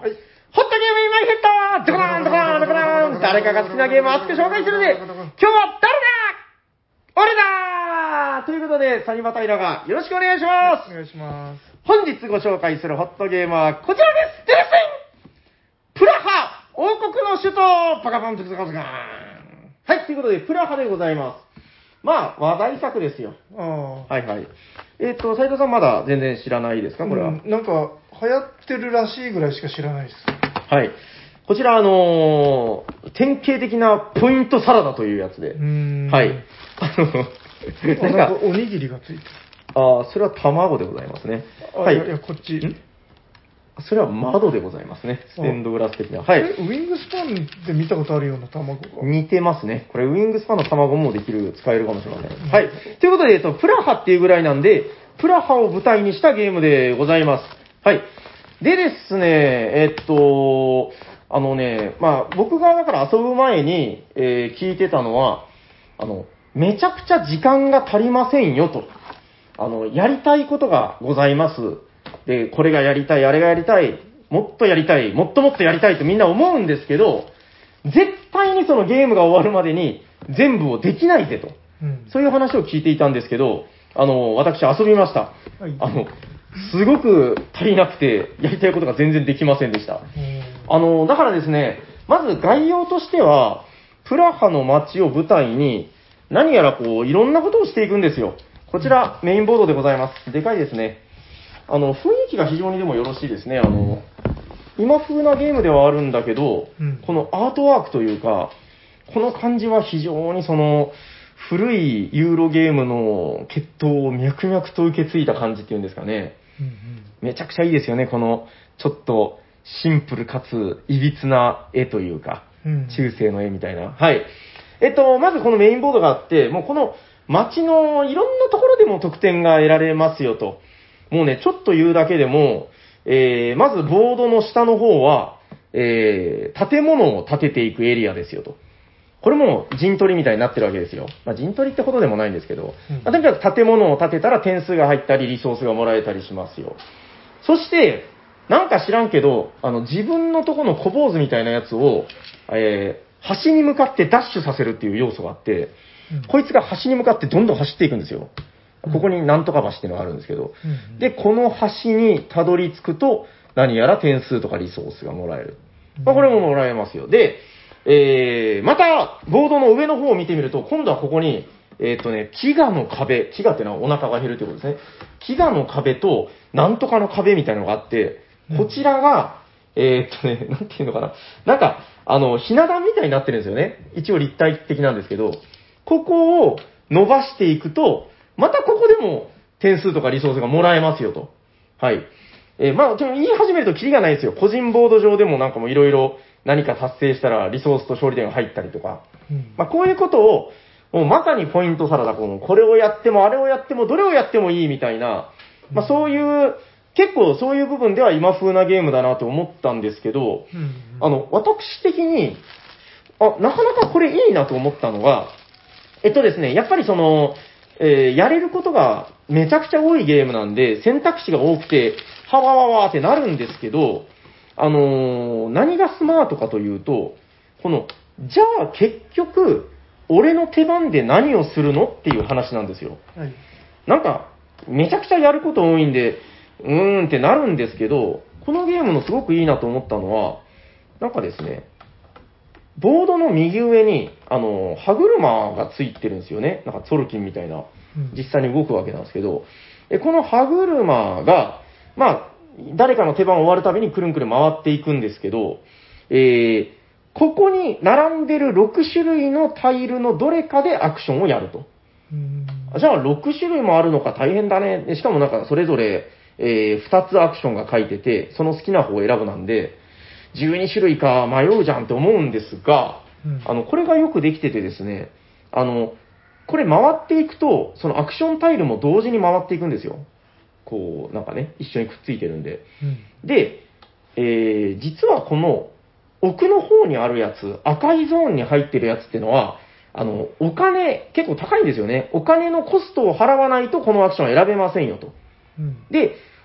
ホットゲーム今ヒットドカーンドカーンドカーン誰かが好きなゲームを熱く紹介するぜ今日は誰だ俺だということで、サニバタイラがよろしくお願いします。 お願いします。 本日ご紹介するホットゲームはこちらですデレスインプラハ王国の首都パカパンプクズカズガーンはい、ということで、プラハでございます。まあ、話題作ですよ。 ああ。 はいはい。えっ、ー、と、斉藤さんまだ全然知らないですかこれは、うん。 なんか、流行ってるらしいぐらいしか知らないです。 はい。こちら、あのー、典型的なポイントサラダというやつで。 うーん。 はい。あの、 なんか、おにぎりがついてる。 ああ、それは卵でございますね。 はい。いや、こっち。んそれは窓でございますね。ステンドグラス的な。はい。 ウィングスパンで見たことあるような卵が。 似てますね。これ、ウィングスパンの卵もできる、使えるかもしれません。うん、はい。ということで、えっと、プラハっていうぐらいなんで、プラハを舞台にしたゲームでございます。はい。でですね、えっと、あのね、まあ、僕がだから遊ぶ前に、えー、聞いてたのは、あの、めちゃくちゃ時間が足りませんよと。あの、やりたいことがございます。で、これがやりたい、あれがやりたい、もっとやりたい、もっともっとやりたいとみんな思うんですけど、絶対にそのゲームが終わるまでに全部をできないぜと。うん、そういう話を聞いていたんですけど、あの、私遊びました。はい、あの、すごく足りなくて、やりたいことが全然できませんでした。あの、だからですね、まず概要としては、プラハの街を舞台に、何やらこう、いろんなことをしていくんですよ。こちら、メインボードでございます。でかいですね。あの、雰囲気が非常にでもよろしいですね。あの、今風なゲームではあるんだけど、うん、このアートワークというか、この感じは非常にその、古いユーロゲームの血統を脈々と受け継いだ感じっていうんですかね。うんうん、めちゃくちゃいいですよね。この、ちょっと、シンプルかつ、いびつな絵というか、うん、中世の絵みたいな。はい。えっと、まずこのメインボードがあって、もうこの街のいろんなところでも得点が得られますよと。もうね、ちょっと言うだけでも、えー、まずボードの下の方は、えー、建物を建てていくエリアですよと。これも陣取りみたいになってるわけですよ。まあ、陣取りってほどでもないんですけど、うん、とにかく建物を建てたら点数が入ったり、リソースがもらえたりしますよ。そして、なんか知らんけど、あの、自分のとこの小坊主みたいなやつを、えー、端に向かってダッシュさせるっていう要素があって、うん、こいつが端に向かってどんどん走っていくんですよ。ここになんとか橋っていうのがあるんですけど、うんうん、で、この橋にたどり着くと、何やら点数とかリソースがもらえる。まあ、これももらえますよ。で、えー、また、ボードの上の方を見てみると、今度はここに、えっとね、飢餓の壁、飢餓っていうのはお腹が減るということですね。飢餓の壁と、なんとかの壁みたいなのがあって、こちらが、えー、っとね、なんていうのかな。なんか、あの、ひな壇みたいになってるんですよね。一応立体的なんですけど、ここを伸ばしていくと、またここでも点数とかリソースがもらえますよと。はい。えー、まあ、でも言い始めるとキリがないですよ。個人ボード上でもなんかもいろいろ何か達成したらリソースと勝利点が入ったりとか。うん、まあ、こういうことを、もうまさにポイントサラダ、この、これをやってもあれをやってもどれをやってもいいみたいな、まあ、そういう、結構そういう部分では今風なゲームだなと思ったんですけど、うんうん、あの、私的に、あ、なかなかこれいいなと思ったのが、えっとですね、やっぱりその、えー、やれることがめちゃくちゃ多いゲームなんで、選択肢が多くて、はわわわってなるんですけど、あのー、何がスマートかというと、この、じゃあ結局、俺の手番で何をするのっていう話なんですよ。はい、なんか、めちゃくちゃやること多いんで、うーんってなるんですけど、このゲームのすごくいいなと思ったのは、なんかですね、ボードの右上に、あの、歯車がついてるんですよね。なんかツォルキンみたいな、実際に動くわけなんですけど、えこの歯車が、まあ、誰かの手番終わるたびにくるんくるん回っていくんですけど、えー、ここに並んでるろく種類のタイルのどれかでアクションをやると。うんじゃあろく種類もあるのか大変だね。しかもなんかそれぞれ、えー、ふたつアクションが書いてて、その好きな方を選ぶなんで、じゅうに種類か迷うじゃんって思うんですが、うん、あの、これがよくできててですね、あの、これ回っていくと、そのアクションタイルも同時に回っていくんですよ。こう、なんかね、一緒にくっついてるんで。うん、で、えー、実はこの奥の方にあるやつ、赤いゾーンに入ってるやつっていうのは、あの、お金、結構高いんですよね。お金のコストを払わないとこのアクションは選べませんよと。うん、で、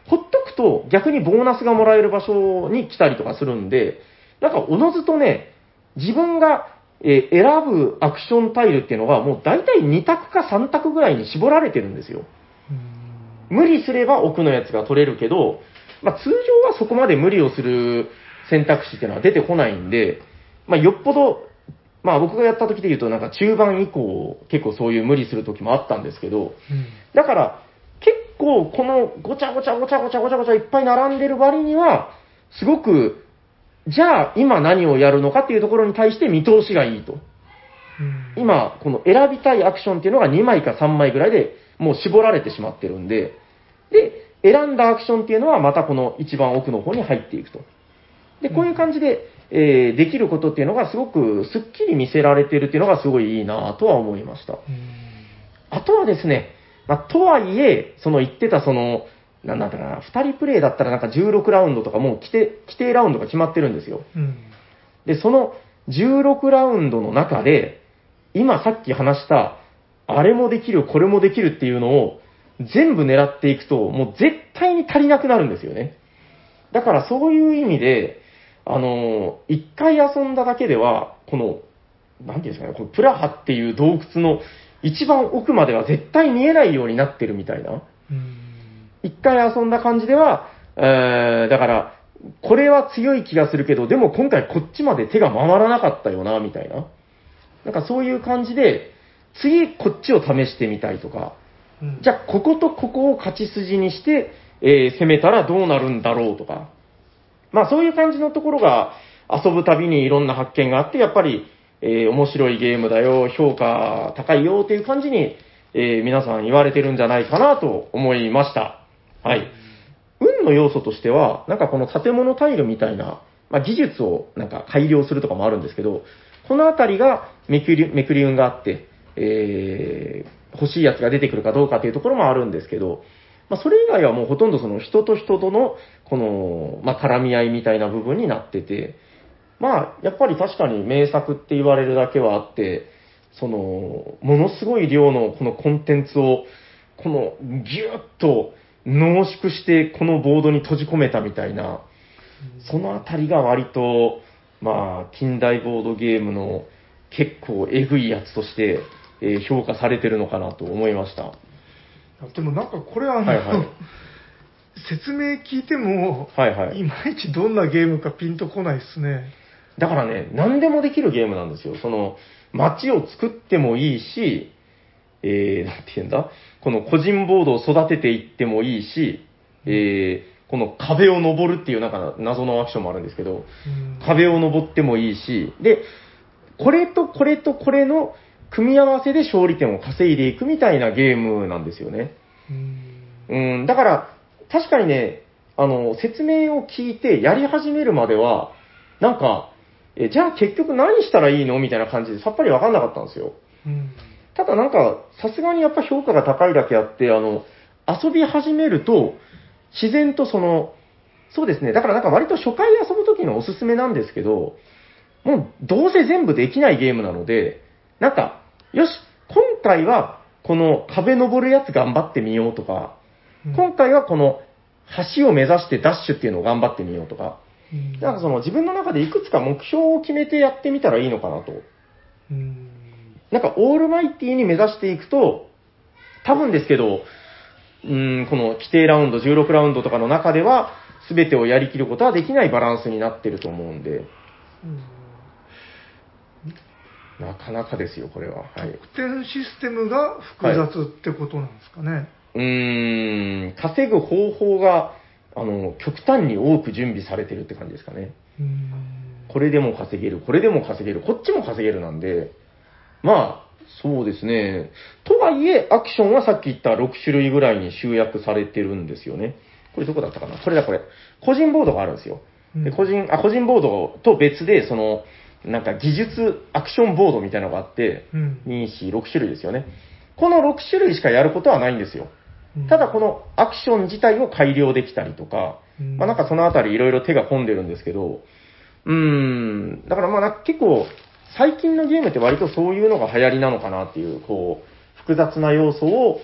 ほっとくと逆にボーナスがもらえる場所に来たりとかするんで、なんかおのずとね、自分が、えー選ぶアクションタイルっていうのがもう大体に択かさん択ぐらいに絞られてるんですよ。無理すれば奥のやつが取れるけど、まあ、通常はそこまで無理をする選択肢っていうのは出てこないんで、まあ、よっぽど、まあ僕がやった時で言うとなんか中盤以降結構そういう無理する時もあったんですけど、だから結構このごちゃごちゃごちゃごちゃごちゃごちゃいっぱい並んでる割には、すごく、じゃあ今何をやるのかっていうところに対して見通しがいいと。今、この選びたいアクションっていうのがにまいかさんまいぐらいでもう絞られてしまってるんで、で、選んだアクションっていうのはまたこの一番奥の方に入っていくと。で、こういう感じで、えーできることっていうのがすごくスッキリ見せられてるっていうのがすごいいいなとは思いました。あとはですね、まあ、とはいえ、その言ってたその、なんだったかな、ふたりプレイだったらなんかじゅうろくラウンドとかもう規定、規定ラウンドが決まってるんですよ。で、そのじゅうろくラウンドの中で、今さっき話した、あれもできる、これもできるっていうのを全部狙っていくと、もう絶対に足りなくなるんですよね。だからそういう意味で、あの、一回遊んだだけでは、この、なんていうんですかね、このプラハっていう洞窟の一番奥までは絶対見えないようになってるみたいな。一回遊んだ感じでは、えー、だから、これは強い気がするけど、でも今回こっちまで手が回らなかったよな、みたいな。なんかそういう感じで、次こっちを試してみたいとか、うん、じゃあこことここを勝ち筋にして、えー、攻めたらどうなるんだろうとか、まあそういう感じのところが遊ぶたびにいろんな発見があって、やっぱり、えー、面白いゲームだよ、評価高いよっていう感じに、えー、皆さん言われてるんじゃないかなと思いました。はい。運の要素としては、なんかこの建物タイルみたいな、まあ、技術をなんか改良するとかもあるんですけど、このあたりがめくり、めくり運があって、えー、欲しいやつが出てくるかどうかというところもあるんですけど、まあ、それ以外はもうほとんどその人と人との、この、まあ、絡み合いみたいな部分になってて、まあ、やっぱり確かに名作って言われるだけはあって、その、ものすごい量のこのコンテンツを、このギュッと濃縮してこのボードに閉じ込めたみたいな、そのあたりが割と、まあ、近代ボードゲームの結構えぐいやつとして、えー評価されてるのかなと思いました。 でもなんかこれあの、 はいはい、 説明聞いても、 はいはい、 いまいちどんなゲームかピンとこないですね。 だからね、何でもできるゲームなんですよ。その、街を作ってもいいし、えー、なんて言うんだ、この個人ボードを育てていってもいいし、えー、この壁を登るっていうなんか謎のアクションもあるんですけど、壁を登ってもいいし、で、これとこれとこれの組み合わせで勝利点を稼いでいくみたいなゲームなんですよね。うん、だから、確かにね、あの、説明を聞いてやり始めるまでは、なんか、え、じゃあ結局何したらいいのみたいな感じでさっぱりわかんなかったんですよ。ただなんか、さすがにやっぱ評価が高いだけあって、あの、遊び始めると、自然とその、そうですね、だからなんか割と初回遊ぶときのおすすめなんですけど、もうどうせ全部できないゲームなので、なんか、よし、今回はこの壁登るやつ頑張ってみようとか、うん、今回はこの橋を目指してダッシュっていうのを頑張ってみようとか、うん、なんかその自分の中でいくつか目標を決めてやってみたらいいのかなと。うん、なんかオールマイティに目指していくと、多分ですけど、うーん、この規定ラウンド、じゅうろくラウンドとかの中では、全てをやりきることはできないバランスになってると思うんで、うん、なかなかですよ、これは。はい、 得点システムが複雑ってことなんですかね。はい、 うーん、稼ぐ方法が、あの、極端に多く準備されてるって感じですかね。うーん、これでも稼げる、これでも稼げる、こっちも稼げるなんで、まあ、そうですね。とはいえ、アクションはさっき言ったろく種類ぐらいに集約されてるんですよね。これどこだったかな、これだこれ。個人ボードがあるんですよ。で個人、あ、個人ボードと別で、その、なんか技術アクションボードみたいなのがあって、うん、に、よん、ろく種類ですよね。このろく種類しかやることはないんですよ。ただこのアクション自体を改良できたりとか、うん、まあなんかそのあたりいろいろ手が込んでるんですけど、うーん、だからまあ結構、最近のゲームって割とそういうのが流行りなのかなっていう、こう、複雑な要素を、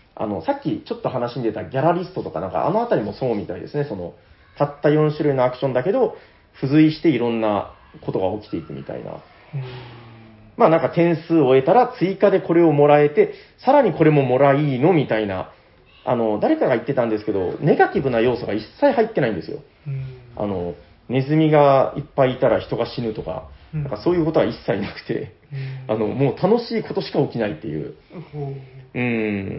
あの、さっきちょっと話に出たギャラリストとかなんかあのあたりもそうみたいですね。その、たったよん種類のアクションだけど、付随していろんなことが起きていくみたいな。まあなんか点数を得たら追加でこれをもらえて、さらにこれももらいのみたいな、あの、誰かが言ってたんですけど、ネガティブな要素が一切入ってないんですよ。あの、ネズミがいっぱいいたら人が死ぬとか、なんかそういうことは一切なくて、あの、もう楽しいことしか起きないっていう。うん、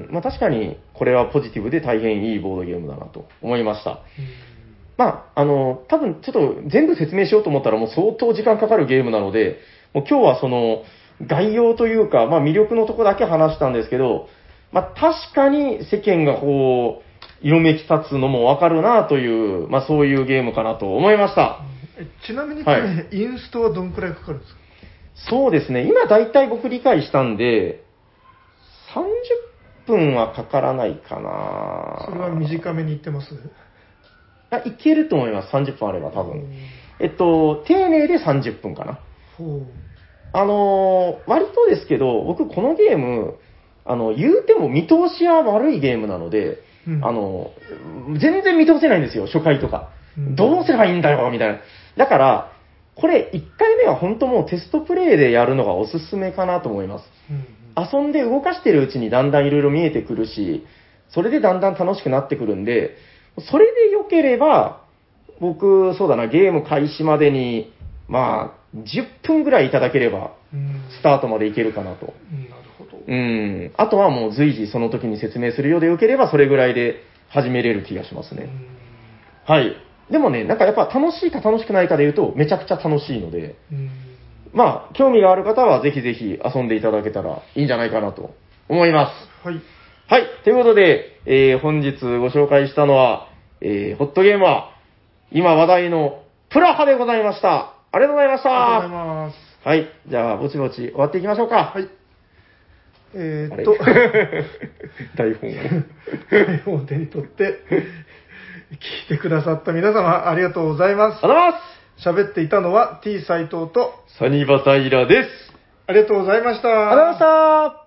まあ確かにこれはポジティブで大変いいボードゲームだなと思いました。まあ、あの、多分ちょっと全部説明しようと思ったらもう相当時間かかるゲームなので、もう今日はその概要というか、まあ魅力のとこだけ話したんですけど、まあ確かに世間がこう、色めき立つのもわかるなという、まあそういうゲームかなと思いました。 えちなみにこれ、はい、インストはどんくらいかかるんですか？ そうですね、今大体僕理解したんで、さんじゅっぷんはかからないかな。 それは短めに言ってます？ あ、いけると思います、さんじゅっぷんあれば多分。えっと、丁寧でさんじゅっぷんかな。あのー、割とですけど、僕このゲーム、あの、言うても見通しは悪いゲームなので、うん、あの、全然見通せないんですよ、初回とか。うん、どうすればいいんだよ、みたいな。だから、これいっかいめは本当もうテストプレイでやるのがおすすめかなと思います。うん、遊んで動かしてるうちにだんだんいろいろ見えてくるし、それでだんだん楽しくなってくるんで、それで良ければ、僕、そうだな、ゲーム開始までに、まあ、じゅっぷんぐらいいただければ、スタートまでいけるかなと。 うん、なるほど。 うん。あとはもう随時その時に説明するようで良ければ、それぐらいで始めれる気がしますね。はい。でもね、なんかやっぱ楽しいか楽しくないかで言うと、めちゃくちゃ楽しいので、まあ、興味がある方はぜひぜひ遊んでいただけたらいいんじゃないかなと思います。 はい。 はい。ということで、えー、本日ご紹介したのは、えー、ホットゲームは、今話題のプラハでございました。ありがとうございました。 ありがとうございます。 はい。じゃあ、ぼちぼち終わっていきましょうか。 はい。えー、っと、 台本を。 台本を手に取って、聞いてくださった皆様、ありがとうございます。 ありがとうございます。 喋っていたのは T 斎藤とサニバタイラです。 ありがとうございました。 ありがとうございました。